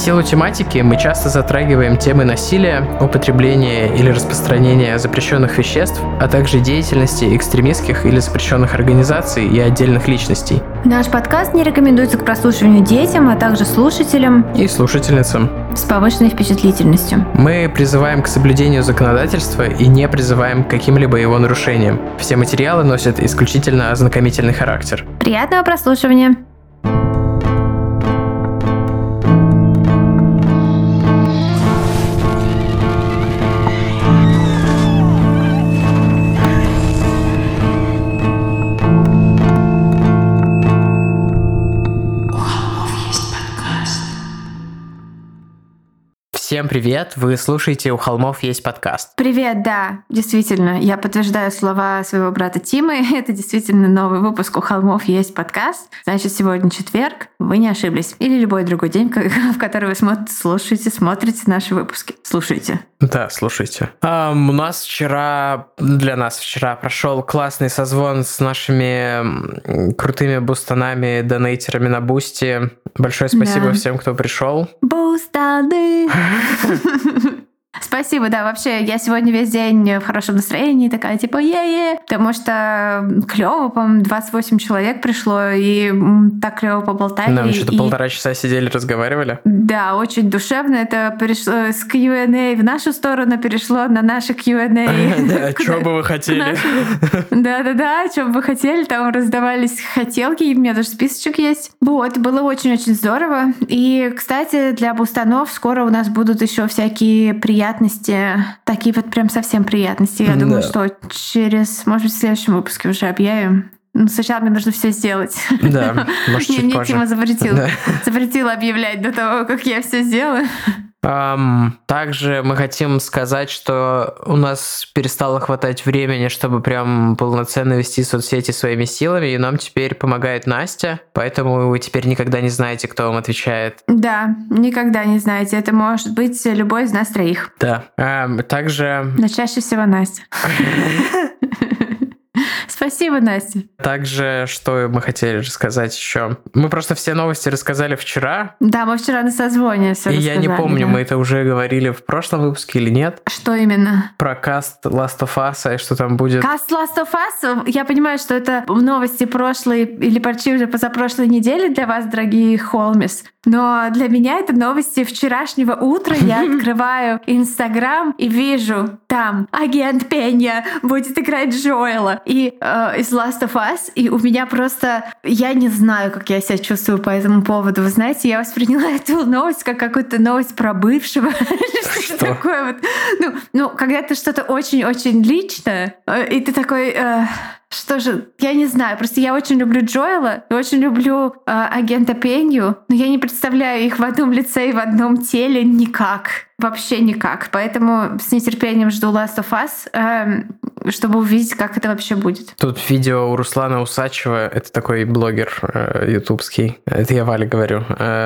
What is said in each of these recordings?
силу тематики мы часто затрагиваем темы насилия, употребления или распространения запрещенных веществ, а также деятельности экстремистских или запрещенных организаций и отдельных личностей. Наш подкаст не рекомендуется к прослушиванию детям, а также слушателям и слушательницам с повышенной впечатлительностью. Мы призываем к соблюдению законодательства и не призываем к каким-либо его нарушениям. Все материалы носят исключительно ознакомительный характер. Приятного прослушивания! Всем привет! Вы слушаете «У холмов есть подкаст». Привет, да, действительно. Я подтверждаю слова своего брата Тимы. Это действительно новый выпуск «У холмов есть подкаст». Значит, сегодня четверг. Вы не ошиблись. Или любой другой день, в который вы смотрите наши выпуски. Слушайте. Да, слушайте. Для нас вчера прошел классный созвон с нашими крутыми бустанами, донейтерами на Бусти. Большое спасибо всем, кто пришел. Бустаны! Спасибо, да, вообще, я сегодня весь день в хорошем настроении, такая типа е-е, потому что клево, по-моему, 28 человек пришло, и так клево поболтали. Да, мы что-то 1,5 часа сидели, разговаривали. Да, очень душевно, это перешло с Q&A в нашу сторону, перешло на наши Q&A. Да, что бы вы хотели? Да-да-да, что бы вы хотели, там раздавались хотелки, и у меня даже списочек есть. Вот, было очень-очень здорово. И, кстати, для бустанов скоро у нас будут еще всякие приятности, такие вот прям совсем приятности. Я думаю, что может быть, в следующем выпуске уже объявим. Но сначала мне нужно все сделать. Да, может, чуть мне позже. Тима запретила объявлять до того, как я все сделаю. Также мы хотим сказать, что у нас перестало хватать времени, чтобы прям полноценно вести соцсети своими силами, и нам теперь помогает Настя, поэтому вы теперь никогда не знаете, кто вам отвечает. Да, никогда не знаете. Это может быть любой из нас троих. Да. Также... Но чаще всего Настя. Спасибо, Настя. Также, что мы хотели рассказать еще? Мы просто все новости рассказали вчера. Да, мы вчера на созвоне все рассказали. И я не помню, мы это уже говорили в прошлом выпуске или нет. Что именно? Про каст Last of Us, и что там будет. Каст Last of Us? Я понимаю, что это новости прошлой или почти уже позапрошлой недели для вас, дорогие Холмис. Но для меня это новости вчерашнего утра. Я открываю Инстаграм и вижу там агент Пенья будет играть Джоэла и из Last of Us. И у меня просто... Я не знаю, как я себя чувствую по этому поводу. Вы знаете, я восприняла эту новость как какую-то новость про бывшего. Что такое вот. Ну, когда это что-то очень-очень личное, и ты такой... Что же, я не знаю, просто я очень люблю Джоэла, и очень люблю агента Пенью, но я не представляю их в одном лице и в одном теле никак. Вообще никак. Поэтому с нетерпением жду Last of Us, чтобы увидеть, как это вообще будет. Тут видео у Руслана Усачева, это такой блогер ютубский, это я Вале говорю.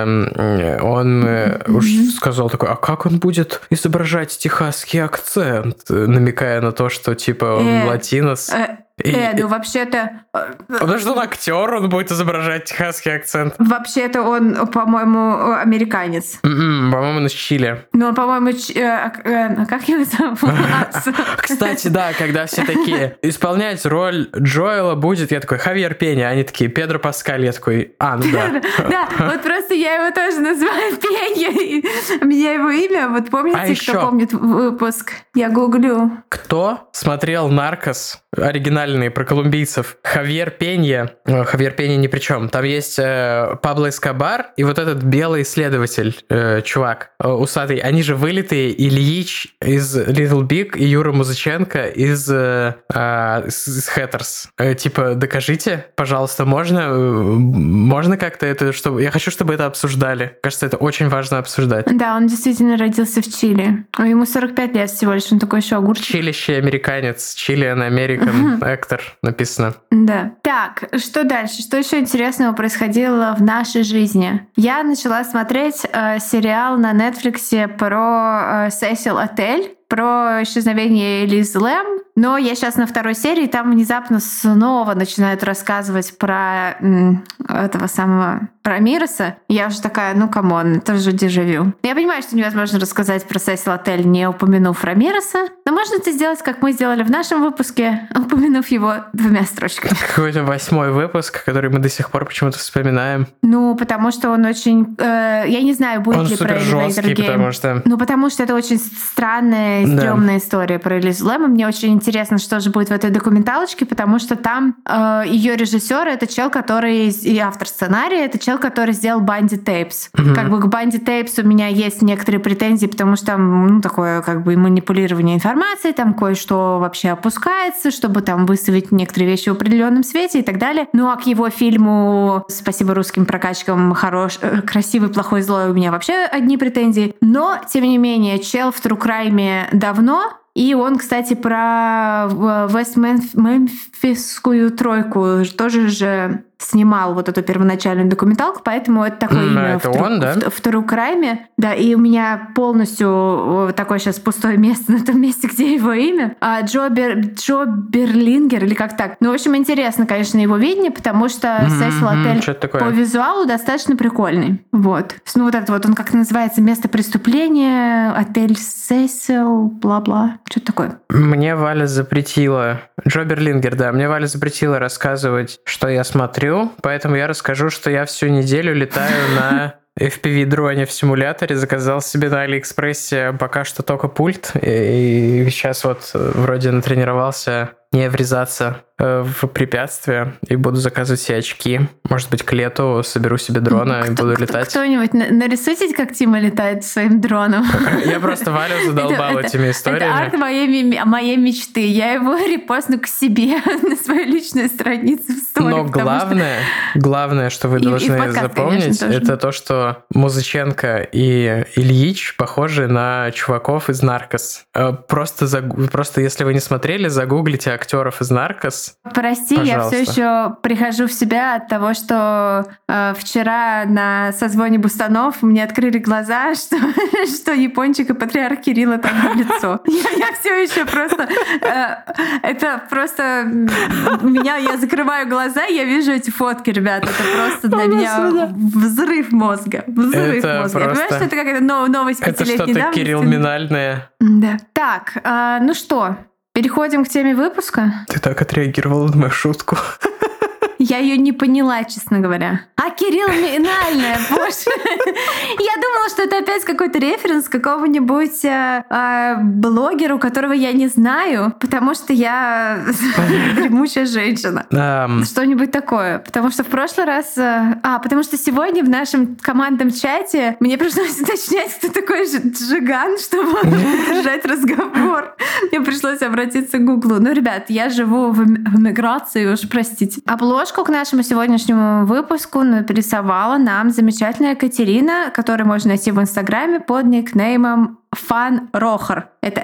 Он уж сказал такой, а как он будет изображать техасский акцент, намекая на то, что типа он латинос. Ну вообще-то... Потому что он актер, он будет изображать техасский акцент. Вообще-то он, по-моему, американец. По-моему, он из Чили. Ну, он, по-моему, как его зовут? Кстати, да, когда все такие, исполнять роль Джоэла будет, я такой, Хавьер Пенья, они такие, Педро Паскаль, я такой, ну да. Да, вот просто я его тоже называю Пенья, у меня его имя, вот помните, кто помнит выпуск? Я гуглю. Кто смотрел «Наркос», оригинальный, про колумбийцев, Хавьер Пенья ни при чем. Там есть Пабло Эскобар и вот этот белый следователь, чувак, усатый. Они же вылитые. Ильич из Little Big и Юра Музыченко из Hatters. Типа, докажите, пожалуйста, можно как-то это, чтобы... Я хочу, чтобы это обсуждали. Кажется, это очень важно обсуждать. Да, он действительно родился в Чили. Ему 45 лет всего лишь, он такой еще огурчик. Чилищий американец, Chilean American actor написано. Да. Так, что дальше? Что еще интересного происходило в нашей жизни? Я начала смотреть сериал на Netflix про Сесил Отель, про исчезновение Лиз Лэм, но я сейчас на второй серии, там внезапно снова начинают рассказывать про этого самого Рамиреса, я уже такая, ну камон, это же дежавю. Я понимаю, что невозможно рассказать про Сесил Отель, не упомянув Рамиреса, но можно это сделать, как мы сделали в нашем выпуске, упомянув его 2 строчками. Какой-то 8-й выпуск, который мы до сих пор почему-то вспоминаем. Ну, потому что он очень... я не знаю, будет он ли про Elevator Game. Потому что... Ну, потому что это очень странная и стрёмная история про Элизу Лэм. Мне очень интересно, что же будет в этой документалочке, потому что там ее режиссер — это чел, который... И автор сценария — это чел, который сделал Банди Тейпс. Как бы к Банди Тейпс у меня есть некоторые претензии, потому что там, ну, такое как бы манипулирование информацией, там кое-что вообще опускается, чтобы там выставить некоторые вещи в определенном свете и так далее. Ну, а к его фильму, спасибо русским прокачкам, красивый, плохой, злой, у меня вообще одни претензии. Но, тем не менее, чел в True Crime давно, и он, кстати, про Вест-Мемфисскую тройку тоже же снимал вот эту первоначальную документалку, поэтому это такое имя это он, да? в True Crime. Да, и у меня полностью такое сейчас пустое место на том месте, где его имя. Джо Берлингер, или как так. Ну, в общем, интересно, конечно, его видение, потому что Сесил Отель по визуалу достаточно прикольный. Вот. Ну, вот это вот, он как называется, место преступления, отель Сесил, бла-бла. Что-то такое. Мне Валя запретила... Джо Берлингер, да. Мне Валя запретила рассказывать, что я смотрю, поэтому я расскажу, что я всю неделю летаю на FPV-дроне в симуляторе, заказал себе на Алиэкспрессе пока что только пульт, и сейчас вот вроде натренировался не врезаться в препятствия, и буду заказывать себе очки. Может быть, к лету соберу себе дрона и буду летать. Кто-нибудь нарисуйте, как Тима летает своим дроном. Я просто Валю задолбал этими историями. Это арт моей мечты. Я его репостну к себе на свою личную страницу в сторис. Но главное, что вы должны запомнить, это то, что Музыченко и Ильич похожи на чуваков из «Наркос». Просто если вы не смотрели, загуглите актеров из «Наркос». Прости, пожалуйста. Я все еще прихожу в себя от того, что вчера на созвоне Бустанов мне открыли глаза, что Япончик и патриарх Кирилла там в лицо. Я все еще просто... Это просто... Я закрываю глаза, я вижу эти фотки, ребята. Это просто для меня взрыв мозга. Взрыв мозга. Я понимаю, что это какая-то новость 5-летней давности? Это что-то кирилл-минальное. Да. Так, ну что... Переходим к теме выпуска. Ты так отреагировала на мою шутку. Я ее не поняла, честно говоря. Кирилл Минальная, боже. Я думала, что это опять какой-то референс какого-нибудь блогеру, которого я не знаю, потому что я гремучая женщина. Что-нибудь такое. Потому что в прошлый раз... потому что сегодня в нашем командном чате мне пришлось уточнять, кто такой Джиган, чтобы держать разговор. Мне пришлось обратиться к Гуглу. Ну, ребят, я живу в эмиграции, уж простите. Обложку к нашему сегодняшнему выпуску нарисовала нам замечательная Катерина, которую можно найти в Инстаграме под никнеймом FanRoher. Это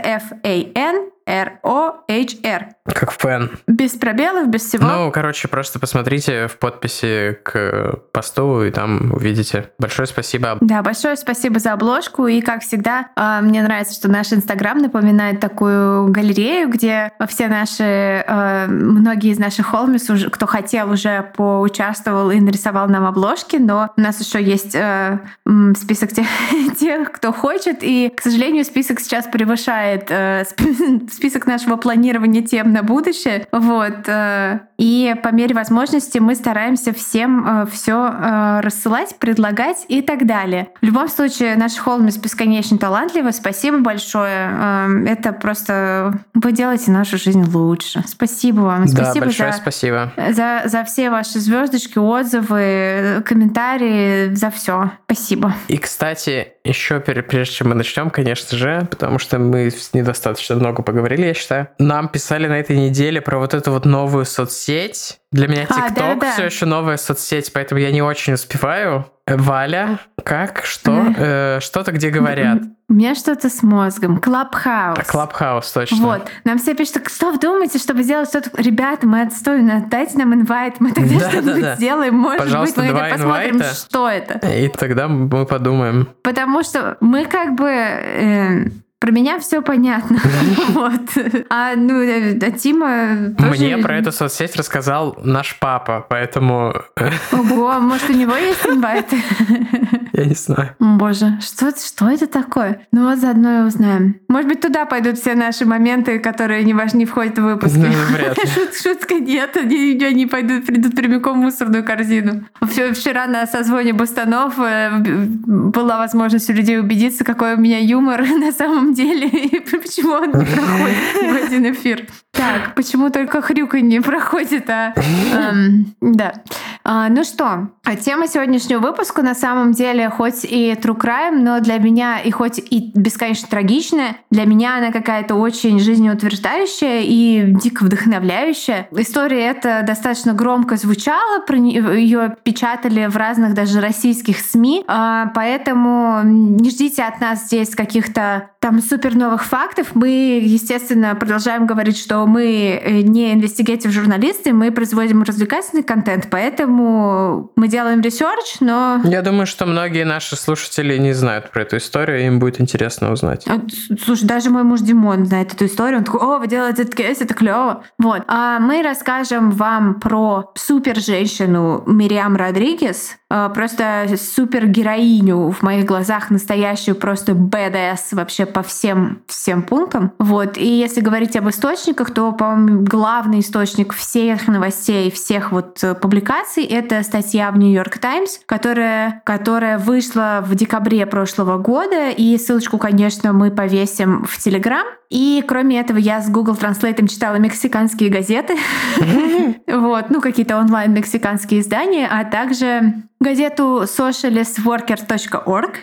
FANROHR. Как фэн. Без пробелов, без всего. Ну, короче, просто посмотрите в подписи к посту, и там увидите. Большое спасибо. Да, большое спасибо за обложку. И, как всегда, мне нравится, что наш Инстаграм напоминает такую галерею, где все наши, многие из наших холмис, кто хотел, уже поучаствовал и нарисовал нам обложки, но у нас еще есть список тех, кто хочет, и, к сожалению, список сейчас превышает список нашего планирования тем на будущее. Вот. И по мере возможности мы стараемся всем все рассылать, предлагать и так далее. В любом случае, наш холмис бесконечно талантливый. Спасибо большое. Это просто... Вы делаете нашу жизнь лучше. Спасибо вам. Да, большое спасибо. За все ваши звездочки, отзывы, комментарии, за все. Спасибо. И, кстати, еще прежде чем мы начнем, конечно же, потому что мы недостаточно много поговорили, я считаю, нам писали на этой неделе про вот эту вот новую соцсеть. Для меня TikTok все еще новая соцсеть, поэтому я не очень успеваю. Валя, как? Что? Что-то где говорят? У меня что-то с мозгом. Clubhouse. Clubhouse, точно. Вот. Нам все пишут, что вы думаете, чтобы сделать что-то... Ребята, мы отстойны, дайте нам инвайт, мы тогда что-нибудь сделаем. Может Пожалуйста, быть, мы посмотрим, инвайта, что это. И тогда мы подумаем. Потому что мы как бы... Про меня все понятно. А Тима тоже... Мне про эту соцсеть рассказал наш папа, поэтому... Ого, может, у него есть инвайты? Я не знаю. Боже, что это такое? Ну вот заодно и узнаем. Может быть, туда пойдут все наши моменты, которые не входят в выпуск. Шутка нет, они придут прямиком в мусорную корзину. Вчера на созвоне Бустанов была возможность у людей убедиться, какой у меня юмор на самом деле, и почему он не проходит в один эфир. Так, почему только хрюканье не проходит, да. Ну что, тема сегодняшнего выпуска на самом деле хоть и true crime, но для меня и хоть и бесконечно трагичная, для меня она какая-то очень жизнеутверждающая и дико вдохновляющая. История эта достаточно громко звучала, ее печатали в разных даже российских СМИ, поэтому не ждите от нас здесь каких-то там супер новых фактов. Мы, естественно, продолжаем говорить, что мы не инвестигейтив журналисты, мы производим развлекательный контент, поэтому мы делаем ресерч, но... Я думаю, что многие наши слушатели не знают про эту историю, им будет интересно узнать. Слушай, даже мой муж Димон знает эту историю, он такой: о, вы делаете этот кейс, это клево. Вот. А мы расскажем вам про супер женщину Мириам Родригес, просто супер героиню в моих глазах, настоящую просто badass вообще по всем пунктам. Вот. И если говорить об источниках, то, по-моему, главный источник всех новостей, всех вот публикаций — это статья в New York Times, которая вышла в декабре прошлого года, и ссылочку, конечно, мы повесим в Telegram. И кроме этого я с Google Translate читала мексиканские газеты, вот, какие-то онлайн мексиканские издания, а также газету socialistworker.org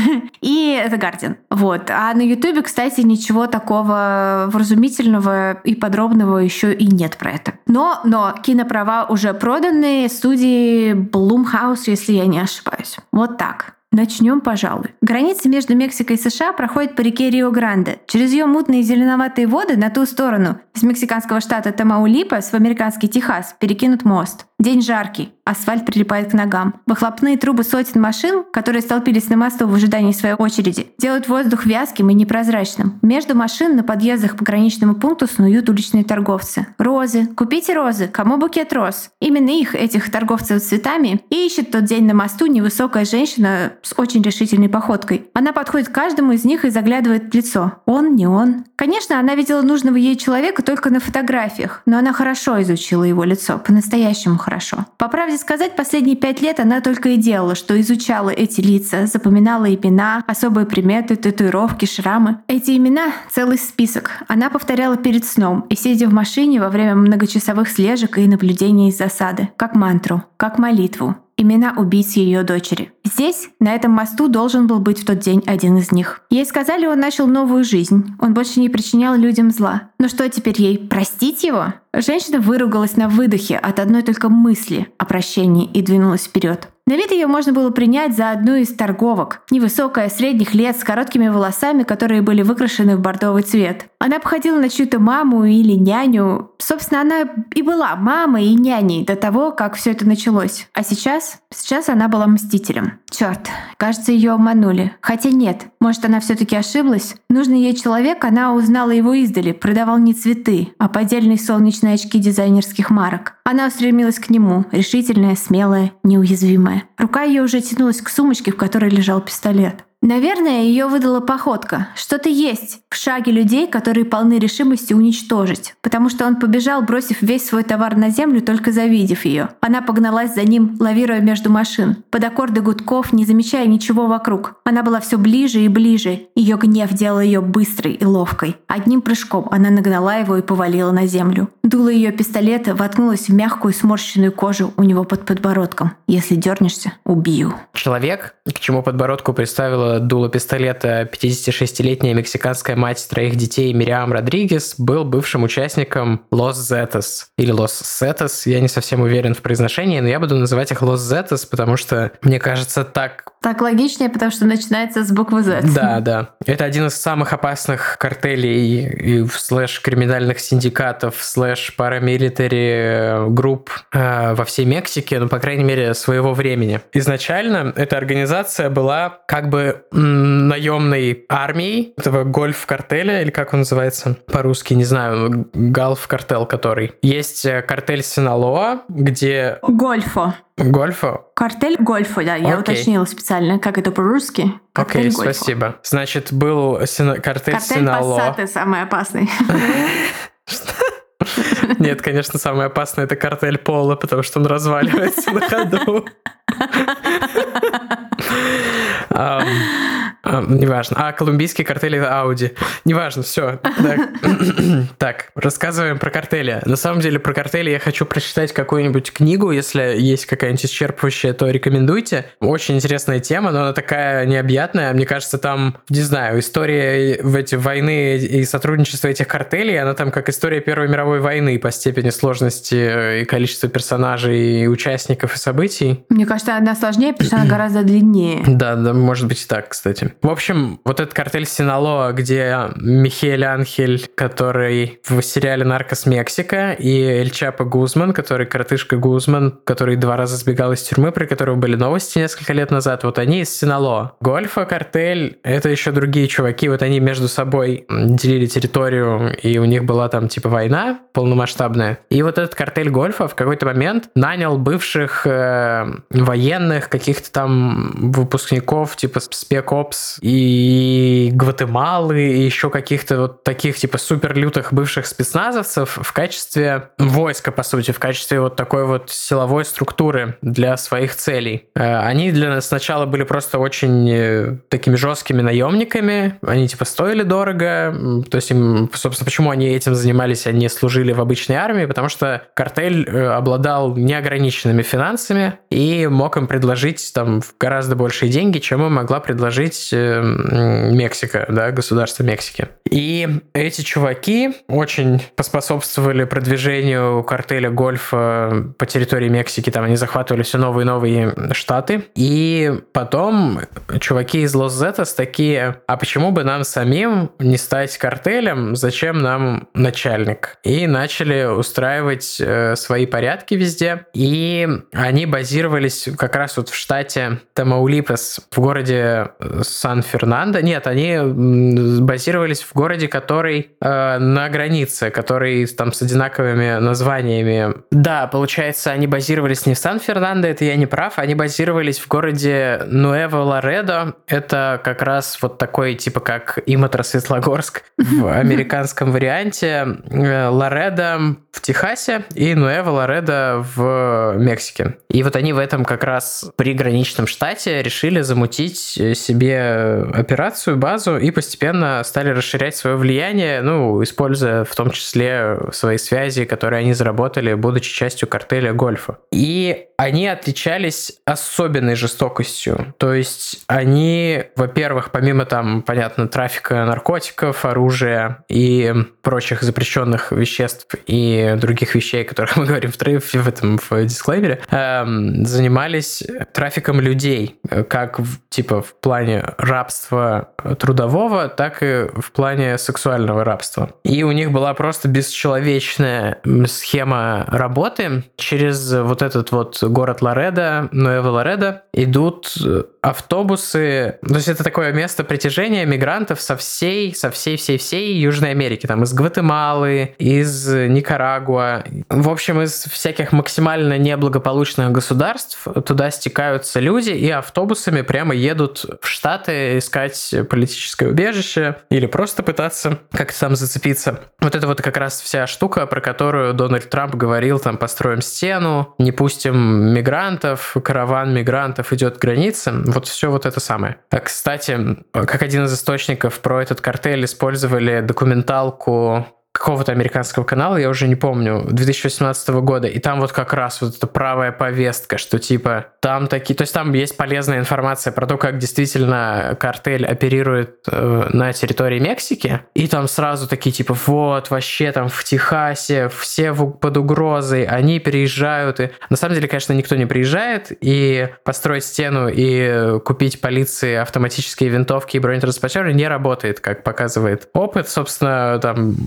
и The Guardian. Вот. А на YouTube, кстати, ничего такого вразумительного и подробного еще и нет про это. Но кинопрова уже проданы студии Blumhouse, если я не ошибаюсь. Вот так. Начнем, пожалуй. Граница между Мексикой и США проходит по реке Рио-Гранде. Через ее мутные зеленоватые воды на ту сторону, из мексиканского штата Тамаулипас в американский Техас, перекинут мост. День жаркий, асфальт прилипает к ногам. Выхлопные трубы сотен машин, которые столпились на мосту в ожидании своей очереди, делают воздух вязким и непрозрачным. Между машин на подъездах к пограничному пункту снуют уличные торговцы. Розы. Купите розы. Кому букет роз? Именно этих торговцев цветами, и ищет тот день на мосту невысокая женщина с очень решительной походкой. Она подходит к каждому из них и заглядывает в лицо. Он, не он. Конечно, она видела нужного ей человека только на фотографиях, но она хорошо изучила его лицо, по-настоящему хорошо. По правде сказать, последние 5 лет она только и делала, что изучала эти лица, запоминала имена, особые приметы, татуировки, шрамы. Эти имена — целый список. Она повторяла перед сном и сидя в машине во время многочасовых слежек и наблюдений из засады, как мантру, как молитву. Имена убийц ее дочери. Здесь, на этом мосту, должен был быть в тот день один из них. Ей сказали, он начал новую жизнь. Он больше не причинял людям зла. Но что теперь ей, простить его? Женщина выругалась на выдохе от одной только мысли о прощении и двинулась вперед. На вид ее можно было принять за одну из торговок. Невысокая, средних лет, с короткими волосами, которые были выкрашены в бордовый цвет. Она походила на чью-то маму или няню. Собственно, она и была мамой и няней до того, как все это началось. А сейчас она была мстителем. Черт, кажется, ее обманули. Хотя нет, может, она все-таки ошиблась. Нужный ей человек, она узнала его издали, продавал не цветы, а поддельные солнечные очки дизайнерских марок. Она устремилась к нему, решительная, смелая, неуязвимая. Рука ее уже тянулась к сумочке, в которой лежал пистолет. Наверное, ее выдала походка. Что-то есть в шаге людей, которые полны решимости уничтожить. Потому что он побежал, бросив весь свой товар на землю, только завидев ее. Она погналась за ним, лавируя между машин, под аккорды гудков, не замечая ничего вокруг. Она была все ближе и ближе. Ее гнев делал ее быстрой и ловкой. Одним прыжком она нагнала его и повалила на землю. Дуло ее пистолета воткнулось в мягкую сморщенную кожу у него под подбородком. Если дернешься, убью. Человек, к чему подбородку приставила дуло пистолета 56-летняя мексиканская мать троих детей Мириам Родригес, был бывшим участником Los Zetas или Los Zetas. Я не совсем уверен в произношении, но я буду называть их Los Zetas, потому что, мне кажется, так Так логичнее, потому что начинается с буквы Z. Да. Это один из самых опасных картелей и слэш криминальных синдикатов, слэш парамилитари групп во всей Мексике, ну, по крайней мере, своего времени. Изначально эта организация была как бы наемной армией этого гольф-картеля, или как он называется по-русски, не знаю, галф-картел который. Есть картель Синалоа, где... Гольфо? Картель Гольфо, да, я уточнила специально, как это по-русски. Окей, спасибо. Значит, был картель Синалоа. Картель Пассаты самый опасный. Нет, конечно, самый опасный это картель Пола, потому что он разваливается на ходу. Неважно. Колумбийский картель это Ауди. Неважно, все. Так, рассказываем про картели. На самом деле, про картели я хочу прочитать какую-нибудь книгу. Если есть какая-нибудь исчерпывающая, то рекомендуйте. Очень интересная тема, но она такая необъятная. Мне кажется, там, не знаю, история войны и сотрудничества этих картелей, она там как история Первой мировой войны по степени сложности и количества персонажей, и участников, и событий. Мне кажется, она сложнее, потому что она гораздо длиннее. Да, может быть и так, кстати. В общем, вот этот картель Синалоа, где Михель Анхель, который в сериале «Наркос Мексика», и Эль Чапо Гузман, который коротышка Гузман, который 2 раза сбегал из тюрьмы, при которого были новости несколько лет назад, вот они из Синалоа. Гольфо-картель — это еще другие чуваки, вот они между собой делили территорию, и у них была там типа война полномасштабная. И вот этот картель Гольфо в какой-то момент нанял бывших военных, каких-то там выпускников типа спек-опс и Гватемалы, и еще каких-то вот таких типа суперлютых бывших спецназовцев в качестве войска, по сути, в качестве вот такой вот силовой структуры для своих целей. Они для нас сначала были просто очень такими жесткими наемниками, они типа стоили дорого, то есть им, собственно, почему они этим занимались, они служили в обычной армии, потому что картель обладал неограниченными финансами и мог им предложить там гораздо большие деньги, чем им могла предложить Мексика, да, государство Мексики. И эти чуваки очень поспособствовали продвижению картеля Гольфа по территории Мексики. Там они захватывали все новые и новые штаты. И потом чуваки из Лос-Зетос такие: а почему бы нам самим не стать картелем? Зачем нам начальник? И начали устраивать свои порядки везде. И они базировались как раз вот в штате Тамаулипас, в городе Сан-Фернандо. Нет, они базировались в городе, который на границе, который там с одинаковыми названиями. Да, получается, они базировались не в Сан-Фернандо, это я не прав, они базировались в городе Нуэво-Ларедо. Это как раз вот такой, типа как Иматра-Светлогорск в американском варианте. Ларедо в Техасе и Нуэво-Ларедо в Мексике. И вот они в этом как раз приграничном штате решили замутить себе операцию, базу, и постепенно стали расширять свое влияние, ну, используя в том числе свои связи, которые они заработали, будучи частью картеля Гольфа. И они отличались особенной жестокостью. То есть они, во-первых, помимо там, понятно, трафика наркотиков, оружия и прочих запрещенных веществ и других вещей, о которых мы говорим в дисклеймере, занимались трафиком людей, как в плане рабства трудового, так и в плане сексуального рабства. И у них была просто бесчеловечная схема работы. Через вот этот вот город Ларедо, Нуэво-Ларедо, идут автобусы. То есть это такое место притяжения мигрантов со всей Южной Америки. Там из Гватемалы, из Никарагуа. В общем, из всяких максимально неблагополучных государств туда стекаются люди и автобусами прямо едут в Штаты искать политическое убежище или просто пытаться как-то там зацепиться. Вот это вот как раз вся штука, про которую Дональд Трамп говорил, там, построим стену, не пустим мигрантов, караван мигрантов идет к границе. Вот все вот это самое. Кстати, как один из источников про этот картель использовали документалку какого-то американского канала, я уже не помню, 2018 года, и там вот как раз вот эта правая повестка, что типа там такие... То есть там есть полезная информация про то, как действительно картель оперирует на территории Мексики, и там сразу такие типа вот, вообще там в Техасе все под угрозой, они приезжают, и на самом деле, конечно, никто не приезжает, и построить стену и купить полиции автоматические винтовки и бронетранспортеры не работает, как показывает опыт. Собственно, там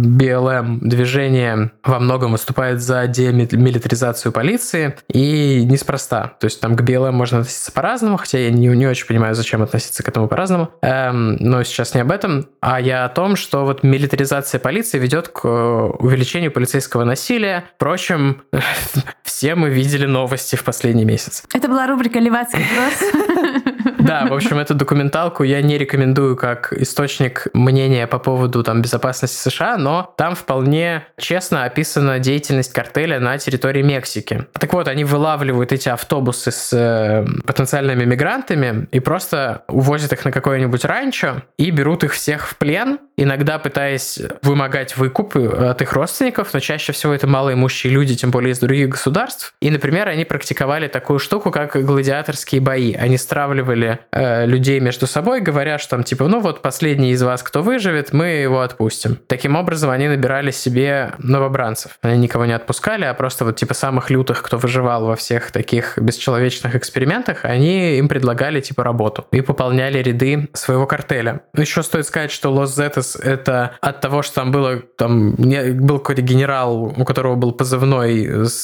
BLM движение во многом выступает за демилитаризацию полиции, и неспроста. То есть там к BLM можно относиться по-разному, хотя я не очень понимаю, зачем относиться к этому по-разному, но сейчас не об этом, а я о том, что вот милитаризация полиции ведет к увеличению полицейского насилия. Впрочем, все мы видели новости в последний месяц. Это была рубрика «Левацкий кросс». Да, в общем, эту документалку я не рекомендую как источник мнения по поводу там, безопасности США, но там вполне честно описана деятельность картеля на территории Мексики. Так вот, они вылавливают эти автобусы с потенциальными мигрантами и просто увозят их на какое-нибудь ранчо и берут их всех в плен, иногда пытаясь вымогать выкуп от их родственников, но чаще всего это малоимущие люди, тем более из других государств. И, например, они практиковали такую штуку, как гладиаторские бои. Они стравливали людей между собой, говоря, что там типа, ну вот последний из вас, кто выживет, мы его отпустим. Таким образом, они набирали себе новобранцев. Они никого не отпускали, а просто вот типа самых лютых, кто выживал во всех таких бесчеловечных экспериментах, они им предлагали типа работу и пополняли ряды своего картеля. Еще стоит сказать, что Лос Зетес это от того, что там был какой-то генерал, у которого был позывной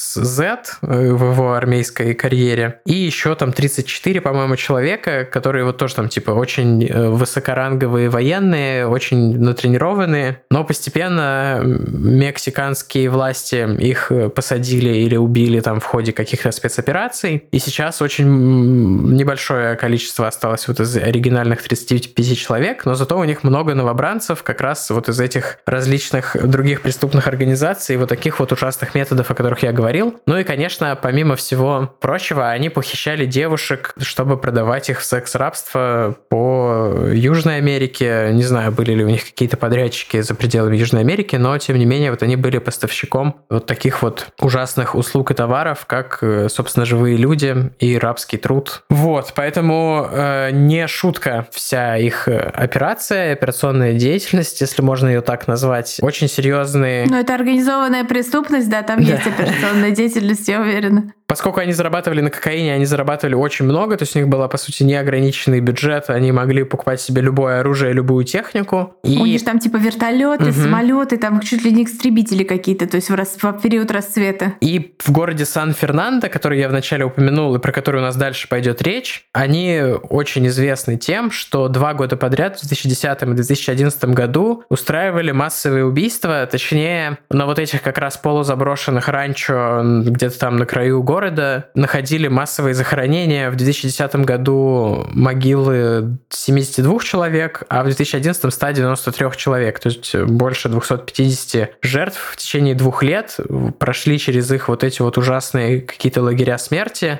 Z в его армейской карьере, и еще там 34, по-моему, человека, которые вот тоже там типа очень высокоранговые военные, очень натренированные, но постепенно мексиканские власти их посадили или убили там в ходе каких-то спецопераций, и сейчас очень небольшое количество осталось вот из оригинальных 35 человек, но зато у них много новобранцев как раз вот из этих различных других преступных организаций, вот таких вот ужасных методов, о которых я говорил. Ну и, конечно, помимо всего прочего, они похищали девушек, чтобы продавать их в секс-рабство по Южной Америке. Не знаю, были ли у них какие-то подрядчики за пределами Южной Америки, но, тем не менее, вот они были поставщиком вот таких вот ужасных услуг и товаров, как, собственно, живые люди и рабский труд. Вот, поэтому не шутка вся их операционная деятельность, если можно ее так назвать. Очень серьезные... Но это организованная преступность, да, там есть операционная деятельность, я уверена. Поскольку они зарабатывали на кокаине, они зарабатывали очень много, то есть у них была, по сути, неограниченный бюджет, они могли покупать себе любое оружие, любую технику. И... У них там типа вертолеты, самолеты, там чуть ли не истребители какие-то, то есть в период расцвета. И в городе Сан-Фернандо, который я вначале упомянул и про который у нас дальше пойдет речь, они очень известны тем, что 2 года подряд, в 2010 и 2011 году, устраивали массовые убийства, точнее, на вот этих как раз полузаброшенных ранчо, где-то там на краю города, находили массовые захоронения. В 2010 году могилы 72 человек, а в 2011 193 человек. То есть больше 250 жертв в течение 2 лет прошли через их вот эти вот ужасные какие-то лагеря смерти.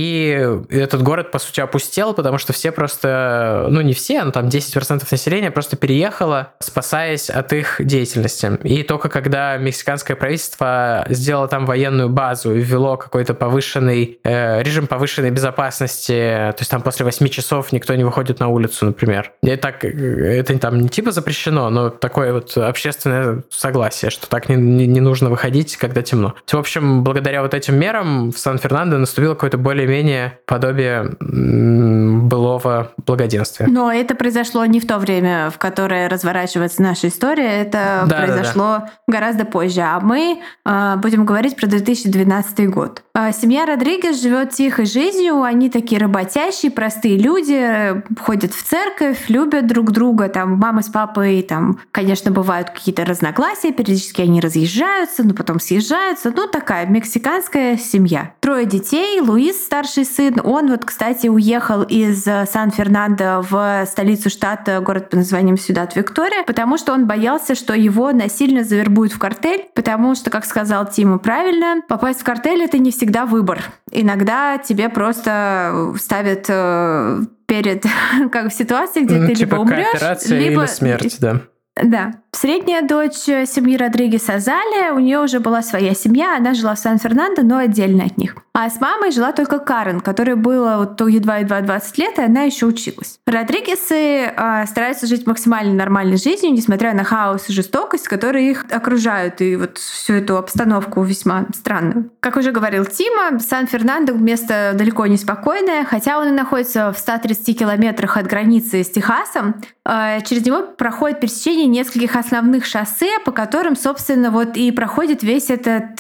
И этот город, по сути, опустел, потому что все просто, ну не все, но там 10% населения просто переехало, спасаясь от их деятельности. И только когда мексиканское правительство сделало там военную базу и ввело какой-то режим повышенной безопасности, то есть там после 8 часов никто не выходит на улицу, например. Это там не типа запрещено, но такое вот общественное согласие, что так не нужно выходить, когда темно. В общем, благодаря вот этим мерам в Сан-Фернандо наступило какое-то более-менее подобие былого благоденствия. Но это произошло не в то время, в которое разворачивается наша история, это произошло гораздо позже. А мы будем говорить про 2012 год. Семья Родригес живет тихой жизнью, они такие работящие, простые люди, ходят в церковь, любят друг друга, там мама с папой, там, конечно, бывают какие-то разногласия, периодически они разъезжаются, но потом съезжаются, ну такая мексиканская семья. 3 детей, Луис, старший сын, он вот, кстати, уехал из Сан-Фернандо в столицу штата, город под названием Сьюдад-Виктория, потому что он боялся, что его насильно завербуют в картель, потому что, как сказал Тима правильно, попасть в картель — это не всегда выбор. Иногда тебе просто ставят перед как в ситуации, где ты типа либо умрёшь, кооперация либо или смерть, да. Да. Средняя дочь семьи Родригес Азалия, у нее уже была своя семья, она жила в Сан-Фернандо, но отдельно от них. А с мамой жила только Карен, которой было вот едва-едва 20 лет, и она еще училась. Родригесы стараются жить максимально нормальной жизнью, несмотря на хаос и жестокость, которые их окружают, и вот всю эту обстановку весьма странную. Как уже говорил Тима, Сан-Фернандо место далеко не спокойное, хотя он и находится в 130 километрах от границы с Техасом. Через него проходит пересечение нескольких основных шоссе, по которым, собственно, вот и проходит весь этот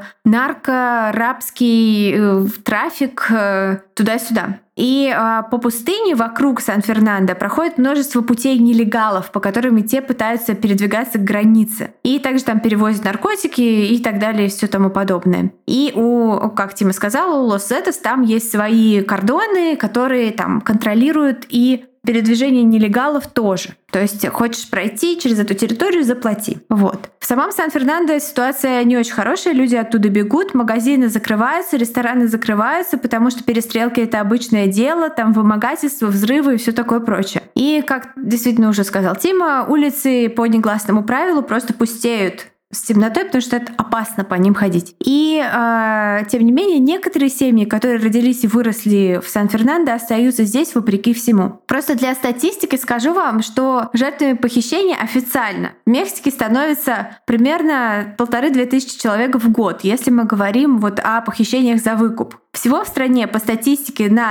нарко-рабский трафик туда-сюда. И по пустыне вокруг Сан-Фернандо проходит множество путей нелегалов, по которым те пытаются передвигаться к границе. И также там перевозят наркотики и так далее, и все тому подобное. И как Тима сказала, у Лос-Зетос там есть свои кордоны, которые там контролируют и передвижение нелегалов тоже. То есть хочешь пройти через эту территорию — заплати. Вот. В самом Сан-Фернандо ситуация не очень хорошая, люди оттуда бегут, магазины закрываются, рестораны закрываются, потому что перестрелки — это обычное дело, там вымогательство, взрывы и все такое прочее. И, как действительно уже сказал Тима, улицы по негласному правилу просто пустеют с темнотой, потому что это опасно по ним ходить. И, тем не менее, некоторые семьи, которые родились и выросли в Сан-Фернандо, остаются здесь вопреки всему. Просто для статистики скажу вам, что жертвами похищения официально в Мексике становится примерно 1500-2000 человек в год, если мы говорим вот о похищениях за выкуп. Всего в стране по статистике на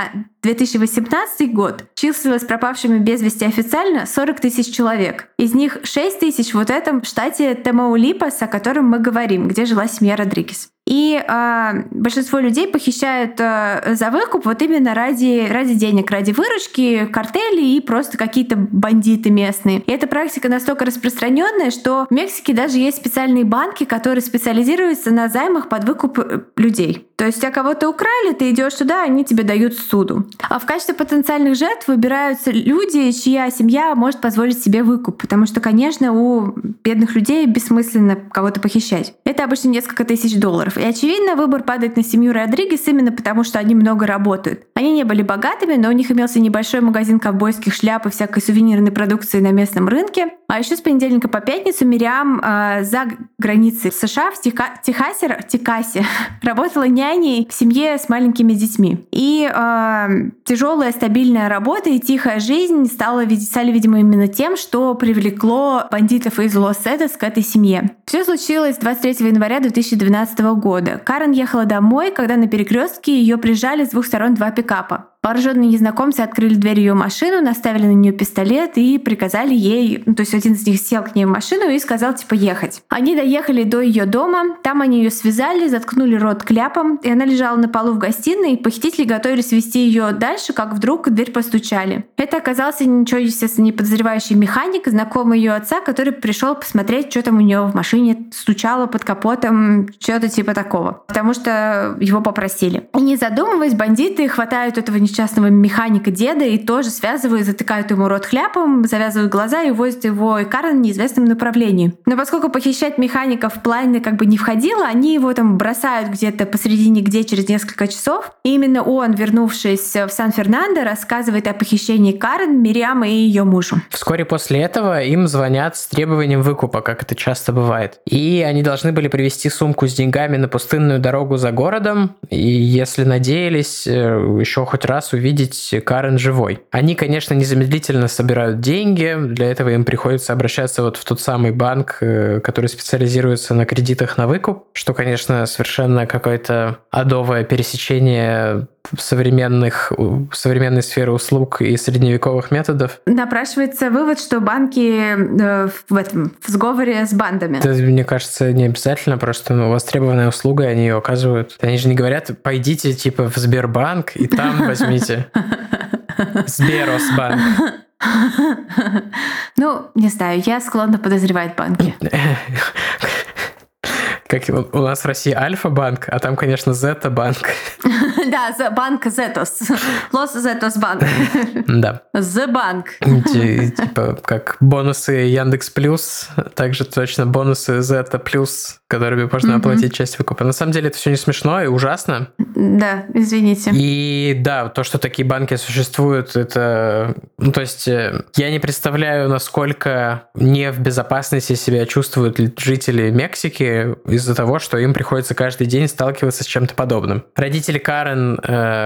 2018 год числилось пропавшими без вести официально 40 000 человек. Из них 6 000 в вот этом штате Тамаулипас, о котором мы говорим, где жила семья Родригес. И большинство людей похищают за выкуп вот именно ради денег, ради выручки, картелей и просто какие-то бандиты местные. И эта практика настолько распространенная, что в Мексике даже есть специальные банки, которые специализируются на займах под выкуп людей. То есть, тебя кого-то украли, ты идешь туда, они тебе дают суду. А в качестве потенциальных жертв выбираются люди, чья семья может позволить себе выкуп. Потому что, конечно, у бедных людей бессмысленно кого-то похищать. Это обычно несколько тысяч долларов. И, очевидно, выбор падает на семью Родригес именно потому, что они много работают. Они не были богатыми, но у них имелся небольшой магазин ковбойских шляп и всякой сувенирной продукции на местном рынке. А еще с понедельника по пятницу Мириам за границей США в Техасе работала няней в семье с маленькими детьми. И тяжелая стабильная работа и тихая жизнь стали, видимо, именно тем, что привлекло бандитов из Лос-Зетос к этой семье. Все случилось 23 января 2012 года. Карен ехала домой, когда на перекрестке ее прижали с двух сторон два пикапа. Вооруженные незнакомцы открыли дверь ее машину, наставили на нее пистолет и приказали ей, то есть один из них сел к ней в машину и сказал, ехать. Они доехали до ее дома, там они ее связали, заткнули рот кляпом, и она лежала на полу в гостиной, и похитители готовились вести ее дальше, как вдруг в дверь постучали. Это оказался ничего, естественно, не подозревающий механик, знакомый ее отца, который пришел посмотреть, что там у нее в машине стучало под капотом, что-то типа такого, потому что его попросили. И не задумываясь, бандиты хватают этого несчастного механика деда и тоже связывают, затыкают ему рот хляпом, завязывают глаза и возят его и Карен в неизвестном направлении. Но поскольку похищать механика в планы не входило, они его там бросают где-то посредине, где через несколько часов. И именно он, вернувшись в Сан-Фернандо, рассказывает о похищении Карен, Мириам и ее мужу. Вскоре после этого им звонят с требованием выкупа, как это часто бывает. И они должны были привезти сумку с деньгами на пустынную дорогу за городом, и если надеялись еще хоть раз увидеть Карен живой. Они, конечно, незамедлительно собирают деньги, для этого им приходится обращаться вот в тот самый банк, который специализируется на кредитах на выкуп, что, конечно, совершенно какое-то адовое пересечение современной сферы услуг и средневековых методов. Напрашивается вывод, что банки в сговоре с бандами. Это, мне кажется, не обязательно, просто востребованная услуга, они ее оказывают. Они же не говорят, пойдите в Сбербанк и там возьмите Сберосбанк. Не знаю, я склонна подозревать банки. Как у нас в России Альфа-банк, а там, конечно, Зета-банк. Да, банк Зетос. Лос-Зетос банк. Да. The-банк. Как бонусы Яндекс Плюс, также точно бонусы Зета Плюс, которыми можно оплатить часть выкупа. На самом деле это все не смешно и ужасно. Да, извините. И да, то, что такие банки существуют, это... Ну, то есть я не представляю, насколько не в безопасности себя чувствуют жители Мексики из-за того, что им приходится каждый день сталкиваться с чем-то подобным. Родители Карен,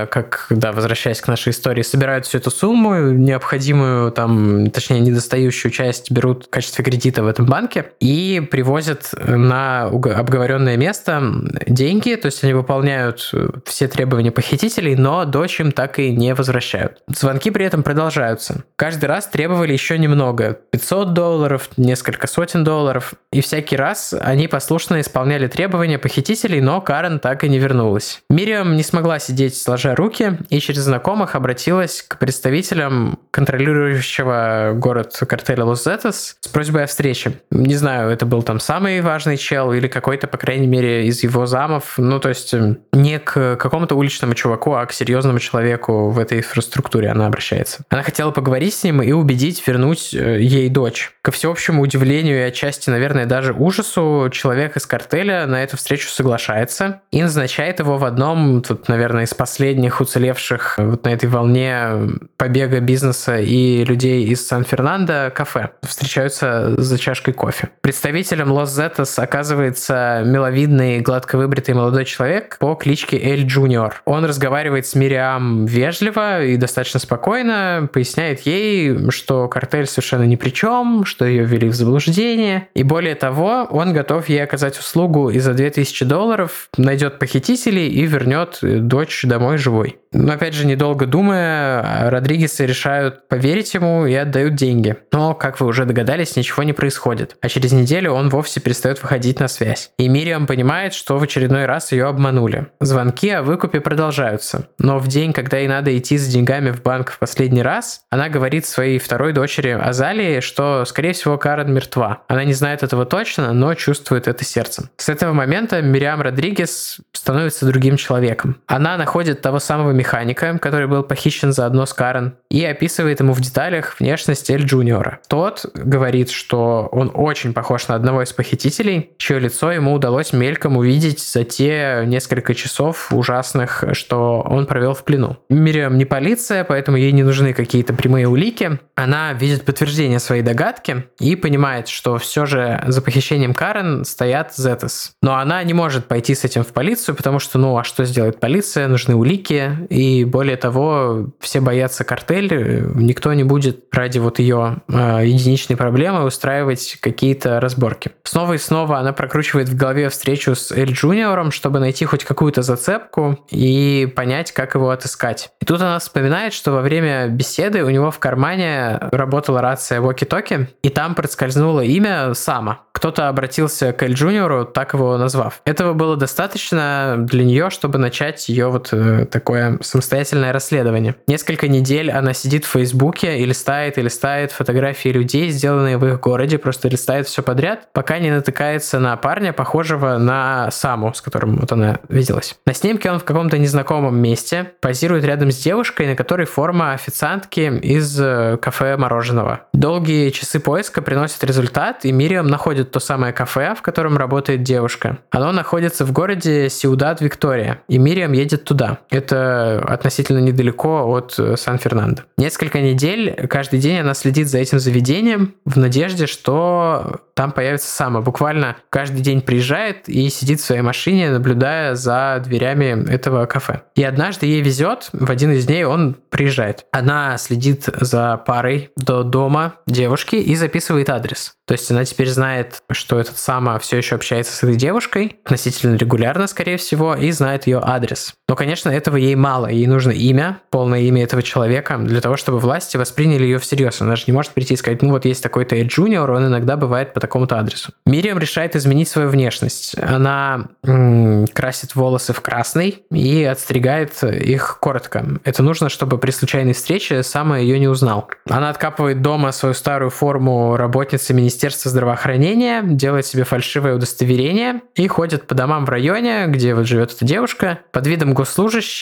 возвращаясь к нашей истории, собирают всю эту сумму, необходимую, точнее, недостающую часть берут в качестве кредита в этом банке и привозят на обговоренное место деньги, то есть они выполняют все требования похитителей, но дочь им так и не возвращают. Звонки при этом продолжаются. Каждый раз требовали еще немного. $500, несколько сотен долларов. И всякий раз они послушно исполняли требования похитителей, но Карен так и не вернулась. Мириам не смогла сидеть сложа руки и через знакомых обратилась к представителям контролирующего город картеля Лос-Зетос с просьбой о встрече. Не знаю, это был там самый важный чел или какой-то, по крайней мере, из его замов. Ну, то есть не к какому-то уличному чуваку, а к серьезному человеку в этой инфраструктуре она обращается. Она хотела поговорить с ним и убедить вернуть ей дочь. Ко всеобщему удивлению и отчасти, наверное, даже ужасу, человек из картеля на эту встречу соглашается и назначает его в одном, наверное, из последних уцелевших на этой волне побега бизнеса и людей из Сан-Фернандо кафе. Встречаются за чашкой кофе. Представителем Лос-Зетос оказывается миловидный, гладко выбритый молодой человек по кличке Эль Джуниор. Он разговаривает с Мириам вежливо и достаточно спокойно, поясняет ей, что картель совершенно ни при чем, что ее ввели в заблуждение. И более того, он готов ей оказать услугу и за $2000 найдет похитителей и вернет дочь домой живой. Но опять же, недолго думая, Родригесы решают поверить ему и отдают деньги. Но, как вы уже догадались, ничего не происходит. А через неделю он вовсе перестает выходить на связь. И Мириам понимает, что в очередной раз ее обманули. Звонки о выкупе продолжаются. Но в день, когда ей надо идти с деньгами в банк в последний раз, она говорит своей второй дочери Азалии, что, скорее всего, Карен мертва. Она не знает этого точно, но чувствует это сердцем. С этого момента Мириам Родригес становится другим человеком. Она находит того самого механика, который был похищен заодно с Карен, и описывает ему в деталях внешность Эль Джуниора. Тот говорит, что он очень похож на одного из похитителей, чье лицо ему удалось мельком увидеть за те несколько часов ужасных, что он провел в плену. Мириам не полиция, поэтому ей не нужны какие-то прямые улики. Она видит подтверждение своей догадки и понимает, что все же за похищением Карен стоят Зетос. Но она не может пойти с этим в полицию, потому что, а что сделает полиция? Нужны улики. И более того, все боятся картель. Никто не будет ради ее единичной проблемы устраивать какие-то разборки. Снова и снова она прокручивает в голове встречу с Эль Джуниором, чтобы найти хоть какую-то зацепку и понять, как его отыскать. И тут она вспоминает, что во время беседы у него в кармане работала рация walkie-talkie, и там проскользнуло имя Сама. Кто-то обратился к Эль Джуниору, так его назвав. Этого было достаточно для нее, чтобы начать ее такое самостоятельное расследование. Несколько недель она сидит в Фейсбуке и листает фотографии людей, сделанные в их городе, просто листает все подряд, пока не натыкается на парня, похожего на Саму, с которым она виделась. На снимке он в каком-то незнакомом месте позирует рядом с девушкой, на которой форма официантки из кафе мороженого. Долгие часы поиска приносят результат, и Мириам находит то самое кафе, в котором работает девушка. Оно находится в городе Сьюдад-Виктория, и Мириам едет туда. Это относительно недалеко от Сан-Фернандо. Несколько недель, каждый день она следит за этим заведением в надежде, что там появится Сама. Буквально каждый день приезжает и сидит в своей машине, наблюдая за дверями этого кафе. И однажды ей везет, в один из дней он приезжает. Она следит за парой до дома девушки и записывает адрес. То есть она теперь знает, что этот Сама все еще общается с этой девушкой, относительно регулярно, скорее всего, и знает ее адрес. Но, конечно, этого ей мало. Ей нужно имя, полное имя этого человека, для того, чтобы власти восприняли ее всерьез. Она же не может прийти и сказать, есть такой-то Эль Джуниор, он иногда бывает по такому-то адресу. Мириам решает изменить свою внешность. Она красит волосы в красный и отстригает их коротко. Это нужно, чтобы при случайной встрече Сама ее не узнал. Она откапывает дома свою старую форму работницы Министерства здравоохранения, делает себе фальшивое удостоверение и ходит по домам в районе, где живет эта девушка, под видом госслужащей, мол, она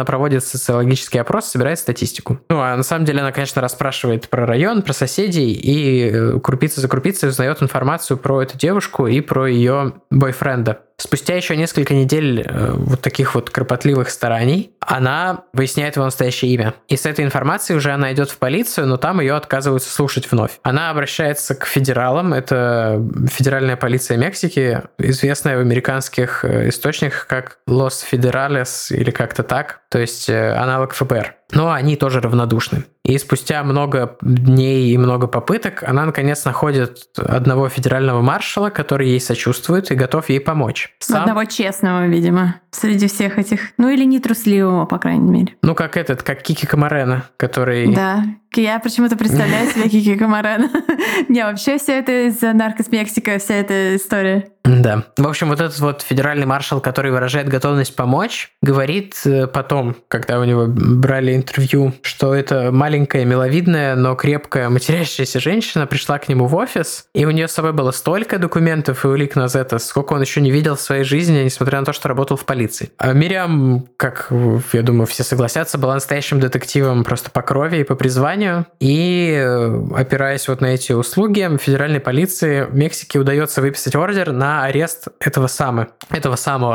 она проводит социологический опрос, собирает статистику. Ну, а на самом деле она, конечно, расспрашивает про район, про соседей, и крупица за крупицей узнает информацию про эту девушку и про ее бойфренда. Спустя еще несколько недель вот таких вот кропотливых стараний она выясняет его настоящее имя. И с этой информацией уже она идет в полицию, но там ее отказываются слушать вновь. Она обращается к федералам, это федеральная полиция Мексики, известная в американских источниках как Los Federales или как-то так, то есть аналог ФБР. Но они тоже равнодушны. И спустя много дней и много попыток она, наконец, находит одного федерального маршала, который ей сочувствует и готов ей помочь. Одного честного, видимо, среди всех этих. Ну или нетрусливого, по крайней мере. Ну, как Кики Камарена, который... Да, я почему-то представляю себе Кики Камарена. Не, вообще все это из-за Наркос Мексика, вся эта история. Да. В общем, вот этот вот федеральный маршал, который выражает готовность помочь, говорит потом, когда у него брали интервью, что это маленькая, миловидная, но крепкая, матерящаяся женщина пришла к нему в офис, и у нее с собой было столько документов и улик на это, сколько он еще не видел в своей жизни, несмотря на то, что работал в полиции. А Мириам, как, я думаю, все согласятся, была настоящим детективом просто по крови и по призванию, и опираясь вот на эти услуги, федеральной полиции Мексики удается выписать ордер на арест этого самого. Это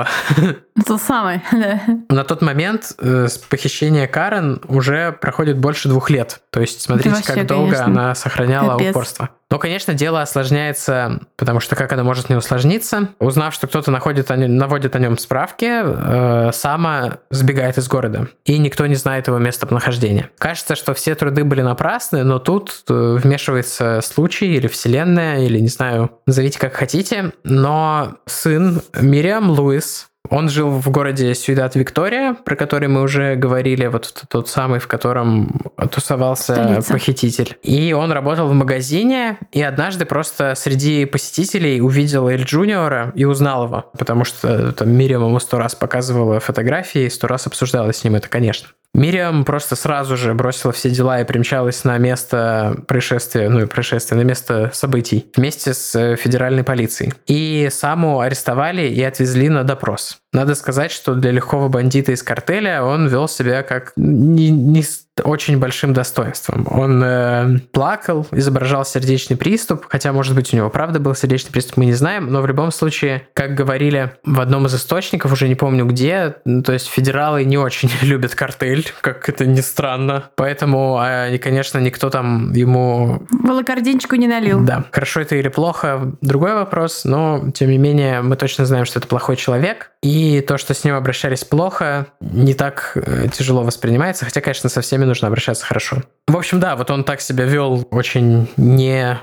самое, да. На тот момент с похищения Карен уже проходит больше 2 лет. То есть смотрите, вообще, как долго конечно, она сохраняла упорство. Но, конечно, дело осложняется, потому что как оно может не усложниться? Узнав, что кто-то наводит о нем справки, Сама сбегает из города, и никто не знает его местонахождения. Кажется, что все труды были напрасны, но тут вмешивается случай или вселенная, или, не знаю, назовите как хотите, но сын Мириам, Луис, он жил в городе Сьюдад-Виктория, про который мы уже говорили, вот тот самый, в котором тусовался похититель. И он работал в магазине, и однажды просто среди посетителей увидел Эль Джуниора и узнал его, потому что там Мириам ему 100 раз показывала фотографии, 100 раз обсуждала с ним это, конечно. Мириам просто сразу же бросила все дела и примчалась на место происшествия, на место событий вместе с федеральной полицией. И Саму арестовали и отвезли на допрос. Надо сказать, что для легкого бандита из картеля он вел себя как не с очень большим достоинством. Он плакал, изображал сердечный приступ, хотя, может быть, у него правда был сердечный приступ, мы не знаем, но в любом случае, как говорили в одном из источников, уже не помню где, то есть федералы не очень любят картель, как это ни странно, поэтому, конечно, никто там ему... Волокординчику не налил. Да, хорошо это или плохо, другой вопрос, но, тем не менее, мы точно знаем, что это плохой человек, и то, что с ним обращались плохо, не так тяжело воспринимается, хотя, конечно, со всеми нужно обращаться хорошо. В общем, да, вот он так себя вел очень не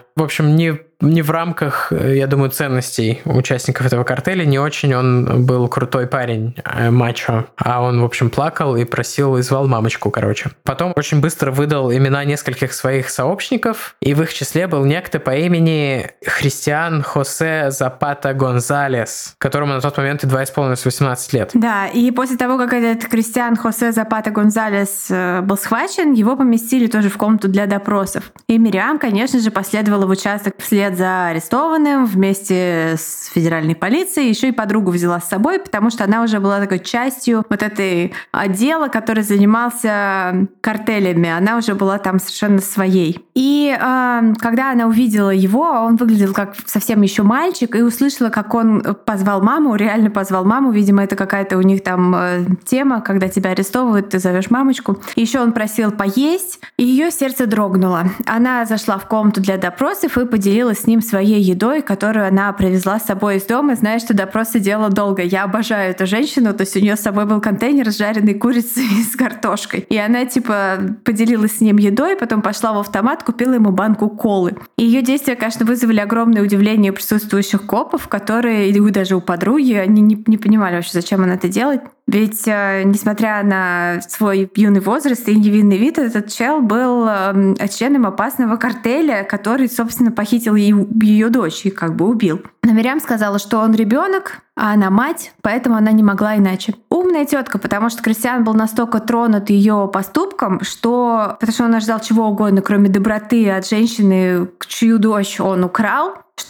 в рамках, я думаю, ценностей участников этого картеля, не очень он был крутой парень, мачо, а он, в общем, плакал и просил, и звал мамочку, короче. Потом очень быстро выдал имена нескольких своих сообщников, и в их числе был некто по имени Христиан Хосе Запата Гонзалес, которому на тот момент едва исполнилось 18 лет. Да, и после того, как этот Христиан Хосе Запата Гонзалес был схвачен, его поместили тоже в комнату для допросов. И Мириам, конечно же, последовала в участок вслед за арестованным вместе с федеральной полицией. Еще и подругу взяла с собой, потому что она уже была такой частью вот этой отдела, который занимался картелями. Она уже была там совершенно своей. И когда она увидела его, он выглядел как совсем еще мальчик, и услышала, как он позвал маму, реально позвал маму. Видимо, это какая-то у них там тема, когда тебя арестовывают, ты зовешь мамочку. И еще он просил поесть, и ее сердце дрогнуло. Она зашла в комнату для допросов и поделилась с ним своей едой, которую она привезла с собой из дома, зная, что допросы делала долго. Я обожаю эту женщину, то есть у нее с собой был контейнер с жареной курицей и с картошкой. И она поделилась с ним едой, потом пошла в автомат, купила ему банку колы. И ее действия, конечно, вызвали огромное удивление у присутствующих копов, которые, и даже у подруги, они не понимали вообще, зачем она это делает. Ведь, несмотря на свой юный возраст и невинный вид, этот чел был членом опасного картеля, который, собственно, похитил ее дочь и как бы убил. Но Мириам сказала, что он ребенок, а она мать, поэтому она не могла иначе. Умная тетка, потому что Кристиан был настолько тронут ее поступком, потому что он ожидал чего угодно, кроме доброты от женщины, чью дочь он украл, что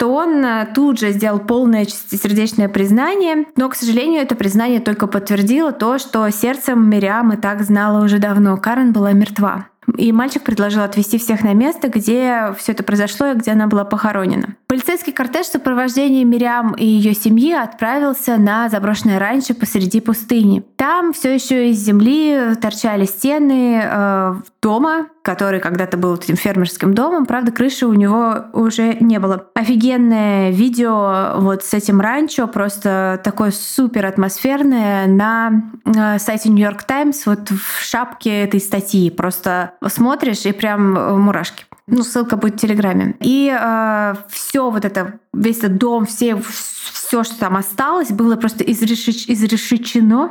что он тут же сделал полное чистосердечное признание, но, к сожалению, это признание только подтвердило то, что сердцем Мириам и так знала уже давно. Карен была мертва. И мальчик предложил отвезти всех на место, где все это произошло и где она была похоронена. Полицейский кортеж в сопровождении Мириам и ее семьи отправился на заброшенное ранчо посреди пустыни. Там все еще из земли торчали стены дома, который когда-то был этим фермерским домом. Правда, крыши у него уже не было. Офигенное видео вот с этим ранчо, просто такое супер атмосферное, на сайте New York Times, вот в шапке этой статьи. Просто смотришь и прям мурашки. Ссылка будет в Телеграме. И все вот это, весь этот дом, все, что там осталось, было просто изрешечено.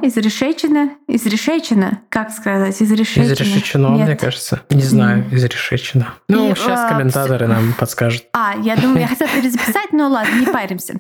Как сказать? Изрешечено, мне кажется. Не знаю, изрешечено. Сейчас комментаторы нам подскажут. Я думаю, я хотела перезаписать, но ладно, не паримся.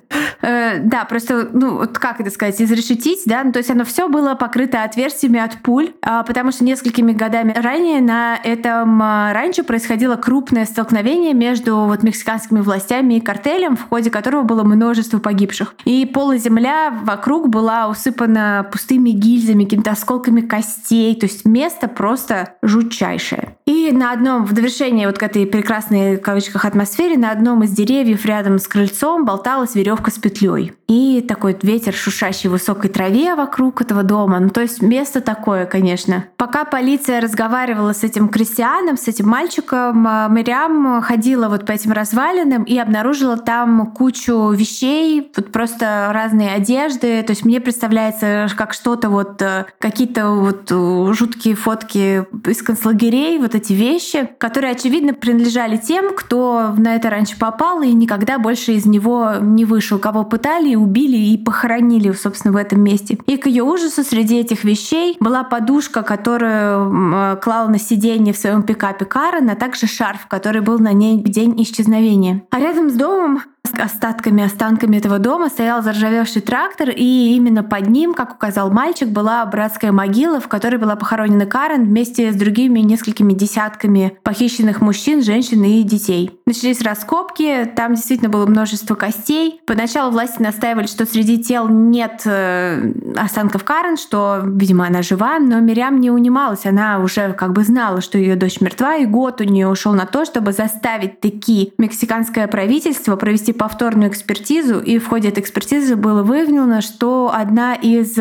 Да, просто, как это сказать, изрешетить, да, то есть оно все было покрыто отверстиями от пуль, потому что несколькими годами ранее на этом ранчо происходило крупное столкновение между вот мексиканскими властями и картелем, в ходе которого было множество погибших. И полуземля вокруг была усыпана пустыми гильзами, какими-то осколками костей, то есть место просто жутчайшее. И в довершение вот к этой прекрасной, в кавычках, атмосфере, на одном из деревьев рядом с крыльцом болталась веревка с петлей. И такой ветер, шуршащий в высокой траве вокруг этого дома. То есть место такое, конечно. Пока полиция разговаривала с этим крестьяном, с этим мальчиком, Мириам ходила вот по этим развалинам и обнаружила там кучу вещей, вот просто разные одежды. То есть мне представляется, как что-то вот, какие-то вот жуткие фотки из концлагерей, вот эти вещи, которые, очевидно, принадлежали тем, кто на это раньше попал и никогда больше из него не вышел, кого пытали, убили и похоронили, собственно, в этом месте. И к ее ужасу среди этих вещей была подушка, которую клала на сиденье в своем пикапе Карен, а также шарф, который был на ней в день исчезновения. А рядом с домом, останками этого дома, стоял заржавевший трактор, и именно под ним, как указал мальчик, была братская могила, в которой была похоронена Карен вместе с другими несколькими десятками похищенных мужчин, женщин и детей. Начались раскопки, там действительно было множество костей. Поначалу власти настаивали, что среди тел нет останков Карен, что, видимо, она жива, но Мириам не унималась. Она уже как бы знала, что ее дочь мертва, и год у нее ушел на то, чтобы заставить таки мексиканское правительство провести повторную экспертизу, и в ходе этой экспертизы было выявлено, что одна из...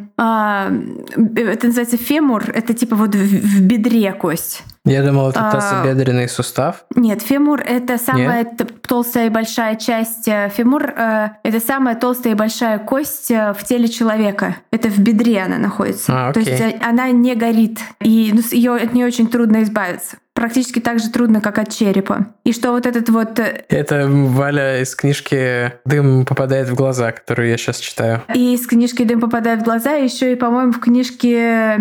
это называется фемур, это типа вот в бедре кость. Я думал, это тазобедренный сустав. Нет, фемур — это самая толстая и большая часть. Фемур — это самая толстая и большая кость в теле человека. Это в бедре она находится. То есть она не горит, и от нее очень трудно избавиться. Практически так же трудно, как от черепа. И что вот этот вот... Это Валя из книжки «Дым попадает в глаза», которую я сейчас читаю. И из книжки «Дым попадает в глаза», еще и, по-моему, в книжке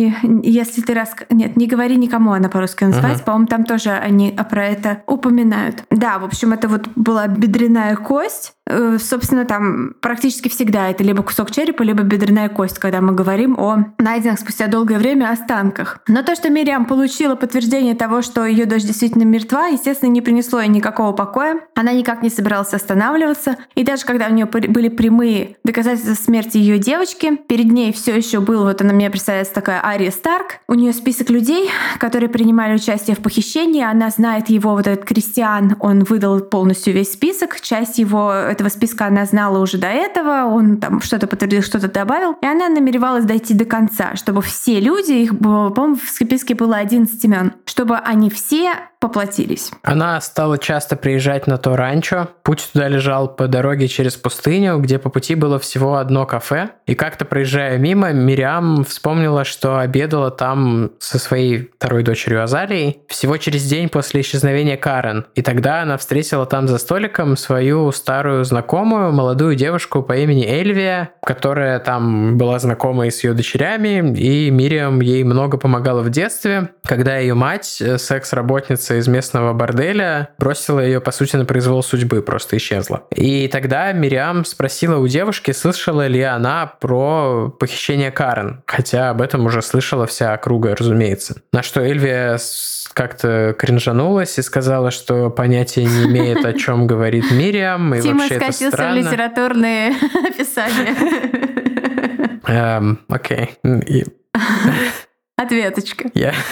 «Если ты Нет, «Не говори никому», она по-русски называется. По-моему, там тоже они про это упоминают. Да, в общем, это вот была бедренная кость. Собственно, там практически всегда это либо кусок черепа, либо бедренная кость, когда мы говорим о найденных спустя долгое время останках. Но то, что Мириам получила подтверждение того, что ее дочь действительно мертва, естественно, не принесло ей никакого покоя. Она никак не собиралась останавливаться. И даже когда у нее были прямые доказательства смерти ее девочки, перед ней все еще был, вот она мне представляется, такая Ария Старк. У нее список людей, которые принимали участие в похищении. Она знает его, вот этот крестьян, он выдал полностью весь список. Часть этого списка она знала уже до этого, он там что-то подтвердил, что-то добавил, и она намеревалась дойти до конца, чтобы все люди, их, по-моему, в списке было 11 имен, чтобы они все поплатились. Она стала часто приезжать на то ранчо. Путь туда лежал по дороге через пустыню, где по пути было всего одно кафе. И как-то, проезжая мимо, Мириам вспомнила, что обедала там со своей второй дочерью Азалией всего через день после исчезновения Карен. И тогда она встретила там за столиком свою старую свою знакомую, молодую девушку по имени Эльвия, которая там была знакома и с ее дочерями, и Мириам ей много помогала в детстве, когда ее мать, секс-работница из местного борделя, бросила ее, по сути, на произвол судьбы, просто исчезла. И тогда Мириам спросила у девушки, слышала ли она про похищение Карен, хотя об этом уже слышала вся округа, разумеется. На что Эльвия как-то кринжанулась и сказала, что понятия не имеет, о чем говорит Мириам, и вообще это странно. Тима скатился в литературные описания. Окей. Ответочка.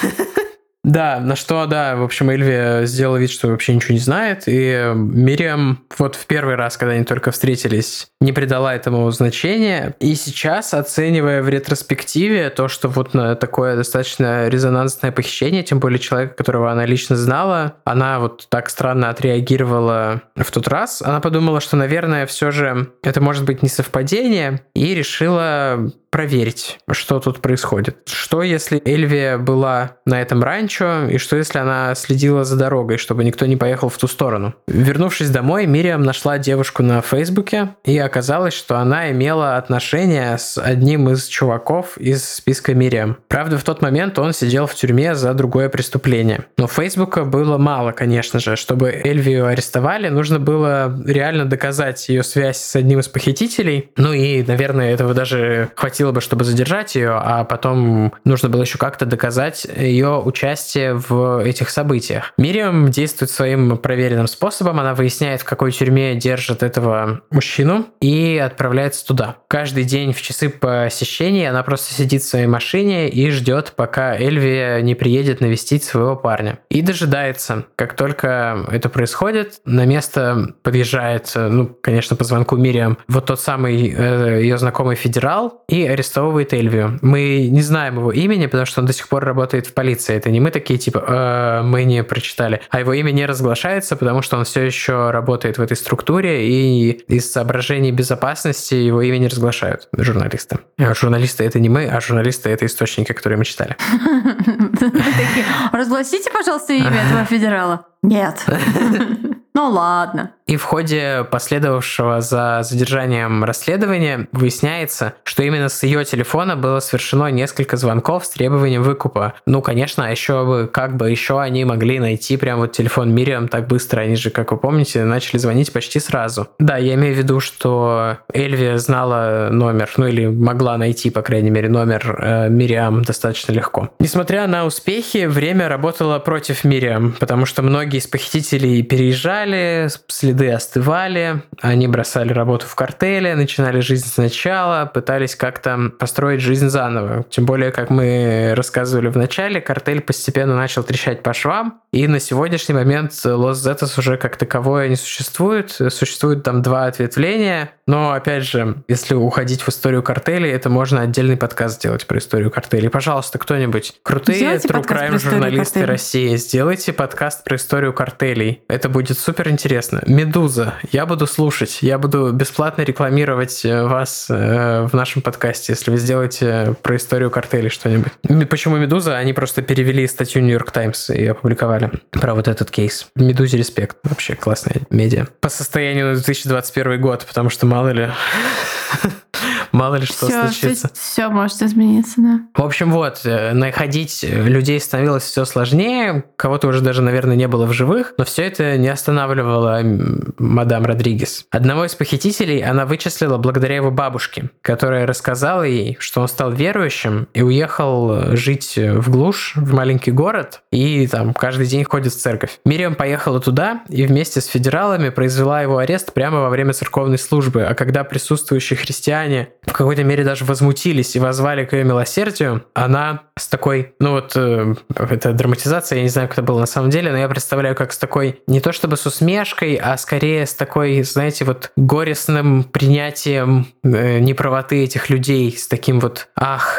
Да, на что, в общем, Эльвия сделала вид, что вообще ничего не знает, и Мириам вот в первый раз, когда они только встретились, не придала этому значения, и сейчас, оценивая в ретроспективе то, что вот на такое достаточно резонансное похищение, тем более человека, которого она лично знала, она вот так странно отреагировала в тот раз, она подумала, что, наверное, все же это может быть не совпадение, и решила проверить, что тут происходит. Что, если Эльвия была на этом ранчо, и что, если она следила за дорогой, чтобы никто не поехал в ту сторону? Вернувшись домой, Мириам нашла девушку на Фейсбуке, и оказалось, что она имела отношения с одним из чуваков из списка Мириам. Правда, в тот момент он сидел в тюрьме за другое преступление. Но Фейсбука было мало, конечно же. Чтобы Эльвию арестовали, нужно было реально доказать ее связь с одним из похитителей. Ну и, наверное, этого даже хватило бы, чтобы задержать ее, а потом нужно было еще как-то доказать ее участие в этих событиях. Мириам действует своим проверенным способом. Она выясняет, в какой тюрьме держат этого мужчину, и отправляется туда. Каждый день в часы посещения она просто сидит в своей машине и ждет, пока Эльвия не приедет навестить своего парня. И дожидается. Как только это происходит, на место подъезжает, конечно, по звонку Мириам, вот тот самый ее знакомый федерал, и арестовывает Эльвию. Мы не знаем его имени, потому что он до сих пор работает в полиции. Это не мы такие, типа, мы не прочитали. А его имя не разглашается, потому что он все еще работает в этой структуре, и из соображений безопасности его имя не разглашают журналисты. Журналисты — это не мы, а журналисты — это источники, которые мы читали. Разгласите, пожалуйста, имя этого федерала. Нет. Ну ладно. И в ходе последовавшего за задержанием расследования выясняется, что именно с ее телефона было совершено несколько звонков с требованием выкупа. Конечно, а еще они могли найти прям вот телефон Мириам так быстро. Они же, как вы помните, начали звонить почти сразу. Да, я имею в виду, что Эльвия знала номер, или могла найти, по крайней мере, номер Мириам достаточно легко. Несмотря на успехи, время работало против Мириам, потому что многие из похитителей переезжали, следы остывали, они бросали работу в картеле, начинали жизнь сначала, пытались как-то построить жизнь заново. Тем более, как мы рассказывали в начале, картель постепенно начал трещать по швам, и на сегодняшний момент Лос Зетос уже как таковое не существует. Существует там 2 ответвления, но, опять же, если уходить в историю картелей, это можно отдельный подкаст сделать про историю картелей. Пожалуйста, кто-нибудь, крутые true crime журналисты России, сделайте подкаст про историю картелей. Это будет супер интересно. Медуза, я буду слушать, я буду бесплатно рекламировать вас в нашем подкасте, если вы сделаете про историю картелей что-нибудь. Почему Медуза? Они просто перевели статью New York Times и опубликовали про вот этот кейс. Медузе респект. Вообще классная медиа. По состоянию на 2021 год, потому что мало ли что случится. Все может измениться, да. В общем, находить людей становилось все сложнее. Кого-то уже даже, наверное, не было в живых. Но все это не останавливало мадам Родригес. Одного из похитителей она вычислила благодаря его бабушке, которая рассказала ей, что он стал верующим и уехал жить в глушь, в маленький город, и там каждый день ходит в церковь. Мириам поехала туда и вместе с федералами произвела его арест прямо во время церковной службы. А когда присутствующие христиане в какой-то мере даже возмутились и воззвали к ее милосердию, она с такой, это драматизация, я не знаю, как это было на самом деле, но я представляю, как с такой, не то чтобы с усмешкой, а скорее с такой, знаете, горестным принятием неправоты этих людей, с таким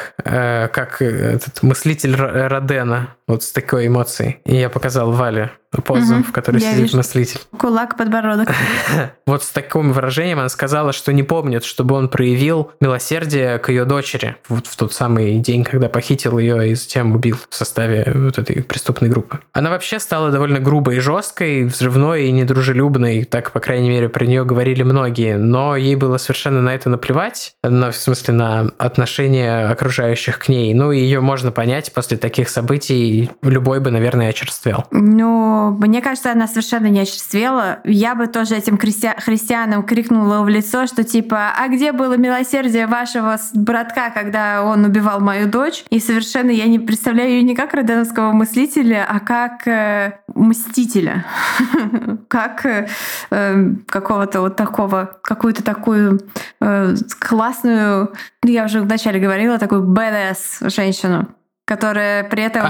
как этот мыслитель Родена, с такой эмоцией. И я показал Вале позу, в которой я сидит вижу. мыслитель. Кулак, подбородок. Вот с таким выражением она сказала, что не помнит, чтобы он проявил милосердие к ее дочери вот в тот самый день, когда похитил ее и затем убил в составе вот этой преступной группы. Она вообще стала довольно грубой и жесткой, взрывной и недружелюбной, так, по крайней мере, про нее говорили многие, но ей было совершенно на это наплевать, в смысле на отношение окружающих к ней. Ну, и ее можно понять, после таких событий любой бы, наверное, очерствел. Ну, мне кажется, она совершенно не очерствела. Я бы тоже этим христианам крикнула в лицо, что типа, а где было милосердие вашего братка, когда он убивал мою дочь? И совершенно я не представляю ее не как роденовского мыслителя, а как мстителя. Как какого-то вот такого, какую-то такую классную, я уже вначале говорила, такую badass женщину, которая при этом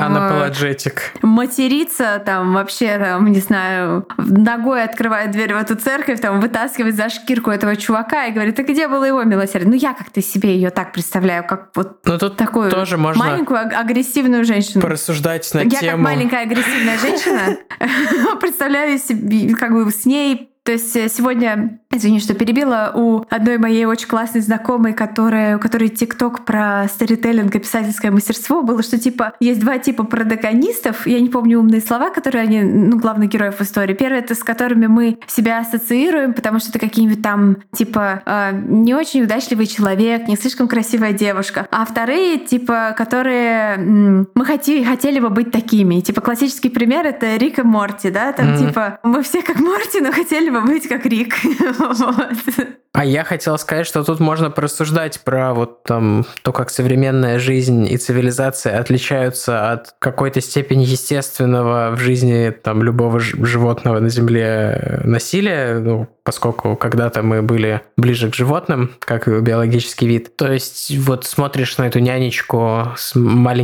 матерится, там вообще, там, не знаю, ногой открывает дверь в эту церковь, там вытаскивает за шкирку этого чувака и говорит, а где было его милосердие? Ну, я как-то себе ее так представляю, как вот такую тоже маленькую агрессивную женщину. Порассуждать на тему. Я как маленькая агрессивная женщина представляю себе, как бы с ней. То есть сегодня, извини, что перебила, у одной моей очень классной знакомой, у которой ТикТок про сторителлинг и писательское мастерство, было, что типа есть два типа протагонистов, я не помню умные слова, которые они, главных героев в истории. Первый — это с которыми мы себя ассоциируем, потому что это какие-нибудь там типа не очень удачливый человек, не слишком красивая девушка. А вторые типа, которые мы хотели бы быть такими. Типа классический пример — это Рик и Морти, да, там типа мы все как Морти, но хотели бы быть как Рик. А я хотела сказать, что тут можно порассуждать про вот там то, как современная жизнь и цивилизация отличаются от какой-то степени естественного в жизни там любого животного на Земле насилия, поскольку когда-то мы были ближе к животным, как биологический вид. То есть вот смотришь на эту нянечку с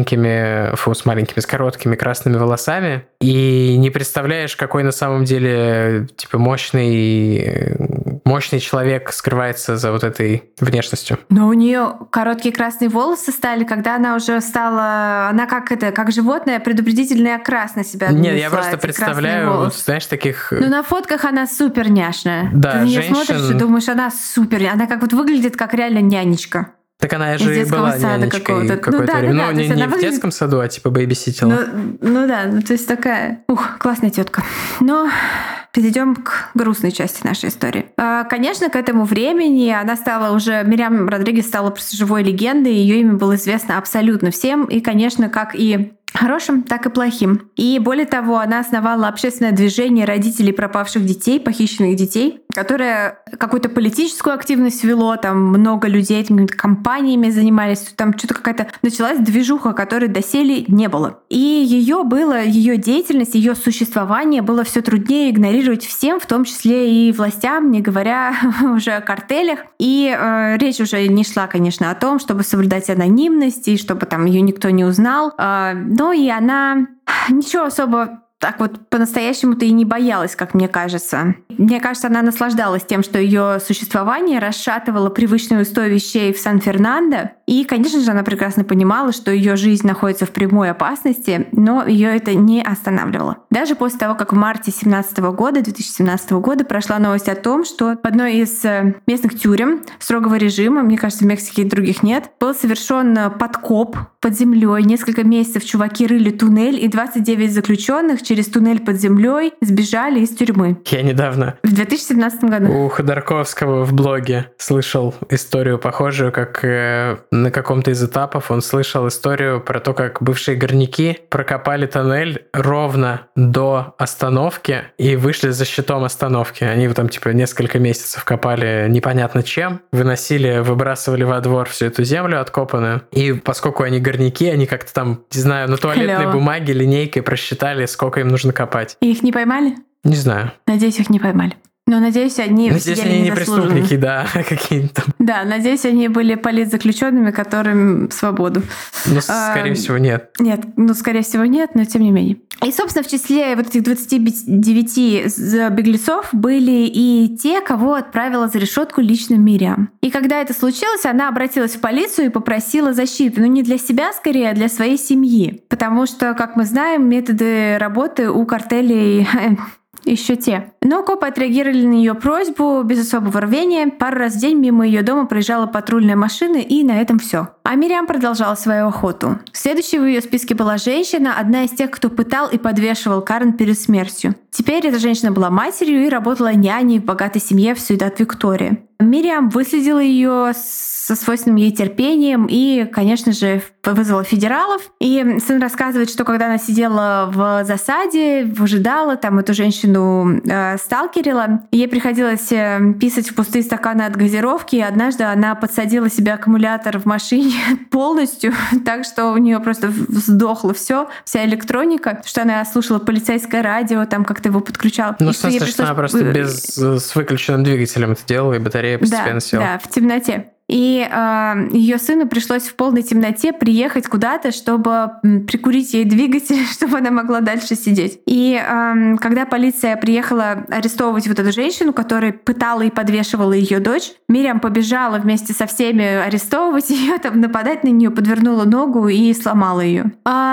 короткими красными волосами и не представляешь, какой на самом деле типа мощный человек скрывается за вот этой внешностью. Но у нее короткие красные волосы стали, когда она уже стала... Она как животное, предупредительный окрас на себя нанесла. Нет, я просто представляю, знаешь, таких... На фотках она супер няшная. Да, ты на нее смотришь и думаешь, она супер. Она как вот выглядит как реально нянечка. Так она же и была нянечкой какое-то время. Не в детском саду, а типа бэйбиситила. То есть такая... классная тетка. Но перейдем к грустной части нашей истории. Конечно, к этому времени Мириам Родригес стала просто живой легендой, ее имя было известно абсолютно всем, и, конечно, как и хорошим, так и плохим. И более того, она основала общественное движение родителей пропавших детей, похищенных детей, которое какую-то политическую активность вело, там много людей этими компаниями занимались, там что-то какая-то началась движуха, которой доселе не было. И ее деятельность, ее существование было все труднее игнорировать всем, в том числе и властям, не говоря уже о картелях. И речь уже не шла, конечно, о том, чтобы соблюдать анонимность и чтобы там ее никто не узнал. Но и она ничего особо так вот по-настоящему-то и не боялась, как мне кажется. Мне кажется, она наслаждалась тем, что ее существование расшатывало привычные устои вещей в Сан-Фернандо. И, конечно же, она прекрасно понимала, что ее жизнь находится в прямой опасности, но ее это не останавливало. Даже после того, как в марте 2017 года прошла новость о том, что в одной из местных тюрем строгого режима, мне кажется, в Мексике и других нет, был совершен подкоп под землей. Несколько месяцев чуваки рыли туннель, и 29 заключенных через туннель под землей сбежали из тюрьмы. Я недавно в 2017 году у Ходорковского в блоге слышал историю похожую, как на каком-то из этапов он слышал историю про то, как бывшие горняки прокопали тоннель ровно до остановки и вышли за щитом остановки. Они там типа несколько месяцев копали непонятно чем, выбрасывали во двор всю эту землю откопанную. И поскольку они горняки, они как-то там, не знаю, на туалетной бумаге линейкой просчитали, сколько им нужно копать. И их не поймали? Не знаю. Надеюсь, их не поймали. Но, надеюсь, они Надеюсь, сидели они не незаслуженно. преступники, да, какие-то. Да, надеюсь, они были политзаключенными, которым свободу. Ну, скорее всего, нет. Нет, скорее всего, нет, но тем не менее. И, собственно, в числе вот этих 29 беглецов были и те, кого отправила за решетку лично Мириам. И когда это случилось, она обратилась в полицию и попросила защиты. Не для себя, скорее, а для своей семьи. Потому что, как мы знаем, методы работы у картелей еще те. Но копы отреагировали на ее просьбу без особого рвения. Пару раз в день мимо ее дома проезжала патрульная машина, и на этом все. А Мириам продолжала свою охоту. Следующей в ее списке была женщина, одна из тех, кто пытал и подвешивал Карен перед смертью. Теперь эта женщина была матерью и работала няней в богатой семье в Сьюдад-Виктория. Мириам выследила ее со свойственным ей терпением и, конечно же, вызвала федералов. И сын рассказывает, что когда она сидела в засаде, выжидала, там эту женщину сталкерила, ей приходилось писать в пустые стаканы от газировки, и однажды она подсадила себе аккумулятор в машине полностью, так что у нее просто сдохло все, вся электроника, что она слушала полицейское радио, там как-то его подключала. Ну, в смысле, что она просто с выключенным двигателем это делала, и батарея постепенно села. Да, в темноте. И ее сыну пришлось в полной темноте приехать куда-то, чтобы прикурить ей двигатель, чтобы она могла дальше сидеть. И когда полиция приехала арестовывать вот эту женщину, которая пытала и подвешивала ее дочь, Мириам побежала вместе со всеми арестовывать ее, там, нападать на нее, подвернула ногу и сломала ее.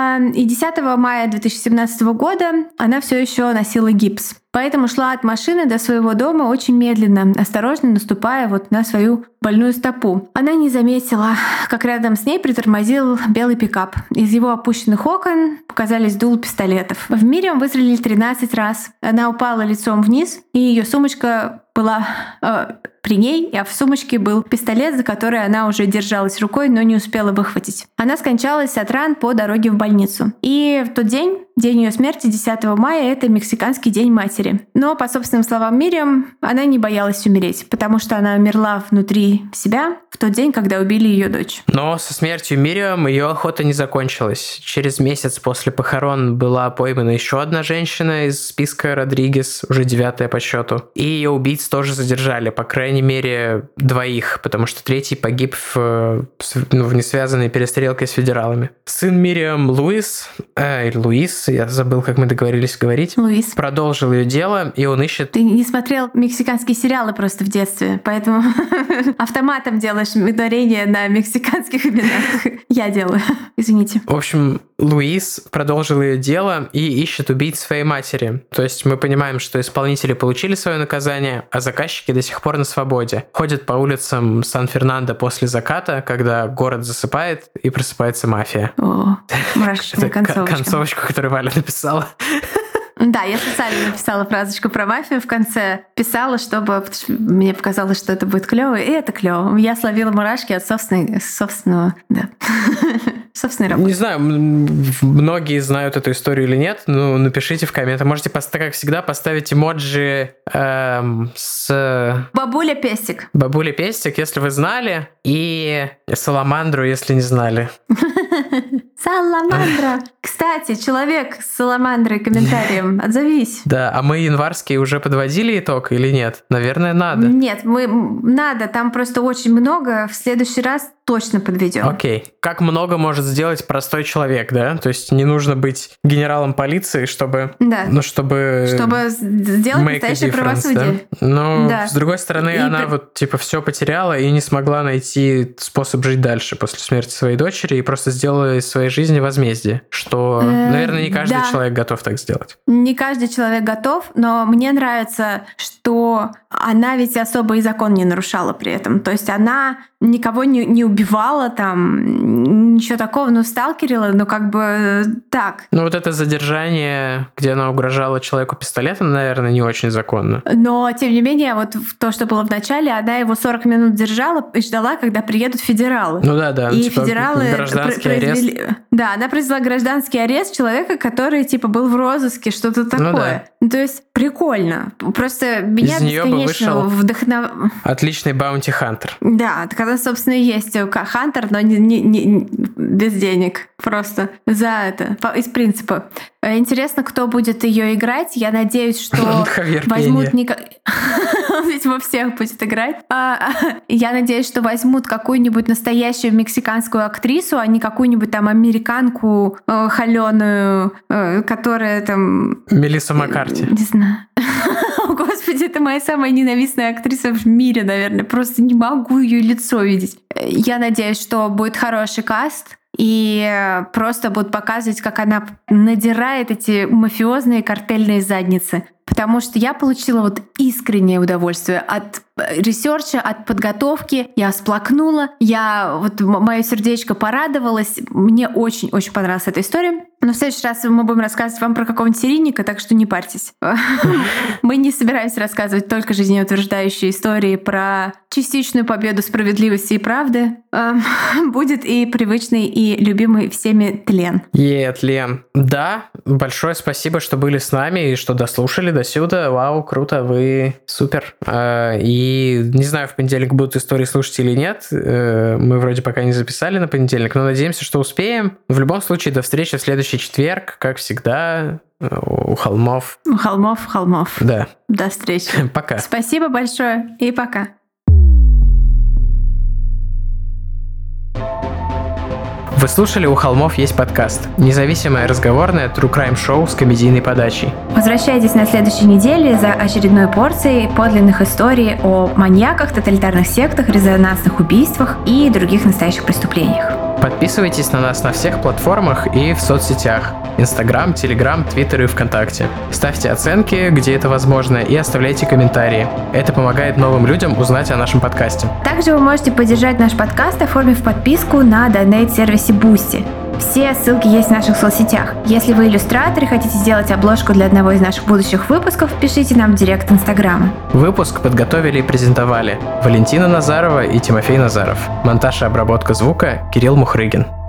И 10 мая 2017 года она все еще носила гипс. Поэтому шла от машины до своего дома очень медленно, осторожно наступая вот на свою больную стопу. Она не заметила, как рядом с ней притормозил белый пикап. Из его опущенных окон показались дулы пистолетов. В Мириам выстрелили 13 раз. Она упала лицом вниз, и ее сумочка была при ней, а в сумочке был пистолет, за который она уже держалась рукой, но не успела выхватить. Она скончалась от ран по дороге в больницу. И в тот день ее смерти, 10 мая, это мексиканский день матери. Но, по собственным словам Мириам, она не боялась умереть, потому что она умерла внутри себя в тот день, когда убили ее дочь. Но со смертью Мириам ее охота не закончилась. Через месяц после похорон была поймана еще одна женщина из списка Родригес, уже 9-я по счету. И ее убийц тоже задержали, по крайней мере, 2, потому что 3-й погиб в несвязанной перестрелке с федералами. Сын Мириам Луис, я забыл, как мы договорились говорить, Луис продолжил ее дело, и он ищет... Ты не смотрел мексиканские сериалы просто в детстве, поэтому автоматом делаешь ударение на мексиканских именах. Я делаю. Извините. В общем, Луис продолжил ее дело и ищет убийц своей матери. То есть мы понимаем, что исполнители получили свое наказание, а заказчики до сих пор на свободе. Ходят по улицам Сан-Фернандо после заката, когда город засыпает и просыпается мафия. О, мрачная концовочка. Концовочку, которую Валя написала. Да, я специально написала фразочку про мафию в конце. Писала, чтобы мне показалось, что это будет клево, и это клево. Я словила мурашки от собственной работы. Не знаю, многие знают эту историю или нет, но напишите в комментах. Можете, как всегда, поставить эмоджи с... Бабуля Пестик. Бабуля Пестик, если вы знали, и Саламандру, если не знали. Саламандра. Кстати, человек с саламандрой комментарием, отзовись. Да, а мы январские уже подводили итог или нет? Наверное, надо. Нет, надо, там просто очень много. В следующий раз точно подведем. Окей. Как много может сделать простой человек, да? То есть не нужно быть генералом полиции, чтобы... Да. Чтобы сделать настоящее правосудие. Да? Но, с другой стороны, она все потеряла и не смогла найти способ жить дальше после смерти своей дочери и просто сделала из своей жизни возмездие. Что, наверное, не каждый человек готов так сделать. Не каждый человек готов, но мне нравится, что она ведь особо и закон не нарушала при этом. То есть она никого не убивала, там, ничего такого, сталкерила, так. Вот это задержание, где она угрожала человеку пистолетом, наверное, не очень законно. Но, тем не менее, вот то, что было в начале, она его 40 минут держала и ждала, когда приедут федералы. Да. И федералы гражданский арест. Да, она произвела гражданский арест человека, который, был в розыске, что-то такое. То есть прикольно. Просто меня бесконечно вдохновляет. Отличный баунти-хантер. Да, когда, собственно, есть хантер, но не без денег. Просто за это, из принципа. Интересно, кто будет ее играть. Я надеюсь, что возьмут Он ведь во всех будет играть. Я надеюсь, что возьмут какую-нибудь настоящую мексиканскую актрису, а не какую-нибудь там американку холёную, которая там... Мелисса Маккарти. Не знаю. О, Господи, это моя самая ненавистная актриса в мире, наверное. Просто не могу ее лицо видеть. Я надеюсь, что будет хороший каст, и просто будут показывать, как она надирает эти мафиозные картельные задницы. Потому что я получила вот искреннее удовольствие от ресерча, от подготовки. Я всплакнула, мое сердечко порадовалось. Мне очень-очень понравилась эта история. Но в следующий раз мы будем рассказывать вам про какого-нибудь серийника, так что не парьтесь. Мы не собираемся рассказывать только жизнеутверждающие истории про частичную победу справедливости и правды. Будет и привычный, и любимый всеми тлен. Тлен. Да, большое спасибо, что были с нами и что дослушали до сюда. Вау, круто, вы супер. И не знаю, в понедельник будут истории слушать или нет. Мы вроде пока не записали на понедельник, но надеемся, что успеем. В любом случае, до встречи в следующий четверг, как всегда, у холмов. У холмов. Да. До встречи. Пока. Спасибо большое и пока. Вы слушали «У холмов есть подкаст» – независимое разговорное true crime шоу с комедийной подачей. Возвращайтесь на следующей неделе за очередной порцией подлинных историй о маньяках, тоталитарных сектах, резонансных убийствах и других настоящих преступлениях. Подписывайтесь на нас на всех платформах и в соцсетях – Инстаграм, Телеграм, Твиттер и ВКонтакте. Ставьте оценки, где это возможно, и оставляйте комментарии. Это помогает новым людям узнать о нашем подкасте. Также вы можете поддержать наш подкаст, оформив подписку на донейт-сервисе Boosty. Все ссылки есть в наших соцсетях. Если вы иллюстратор и хотите сделать обложку для одного из наших будущих выпусков, пишите нам в директ Инстаграма. Выпуск подготовили и презентовали Валентина Назарова и Тимофей Назаров. Монтаж и обработка звука Кирилл Мухрыгин.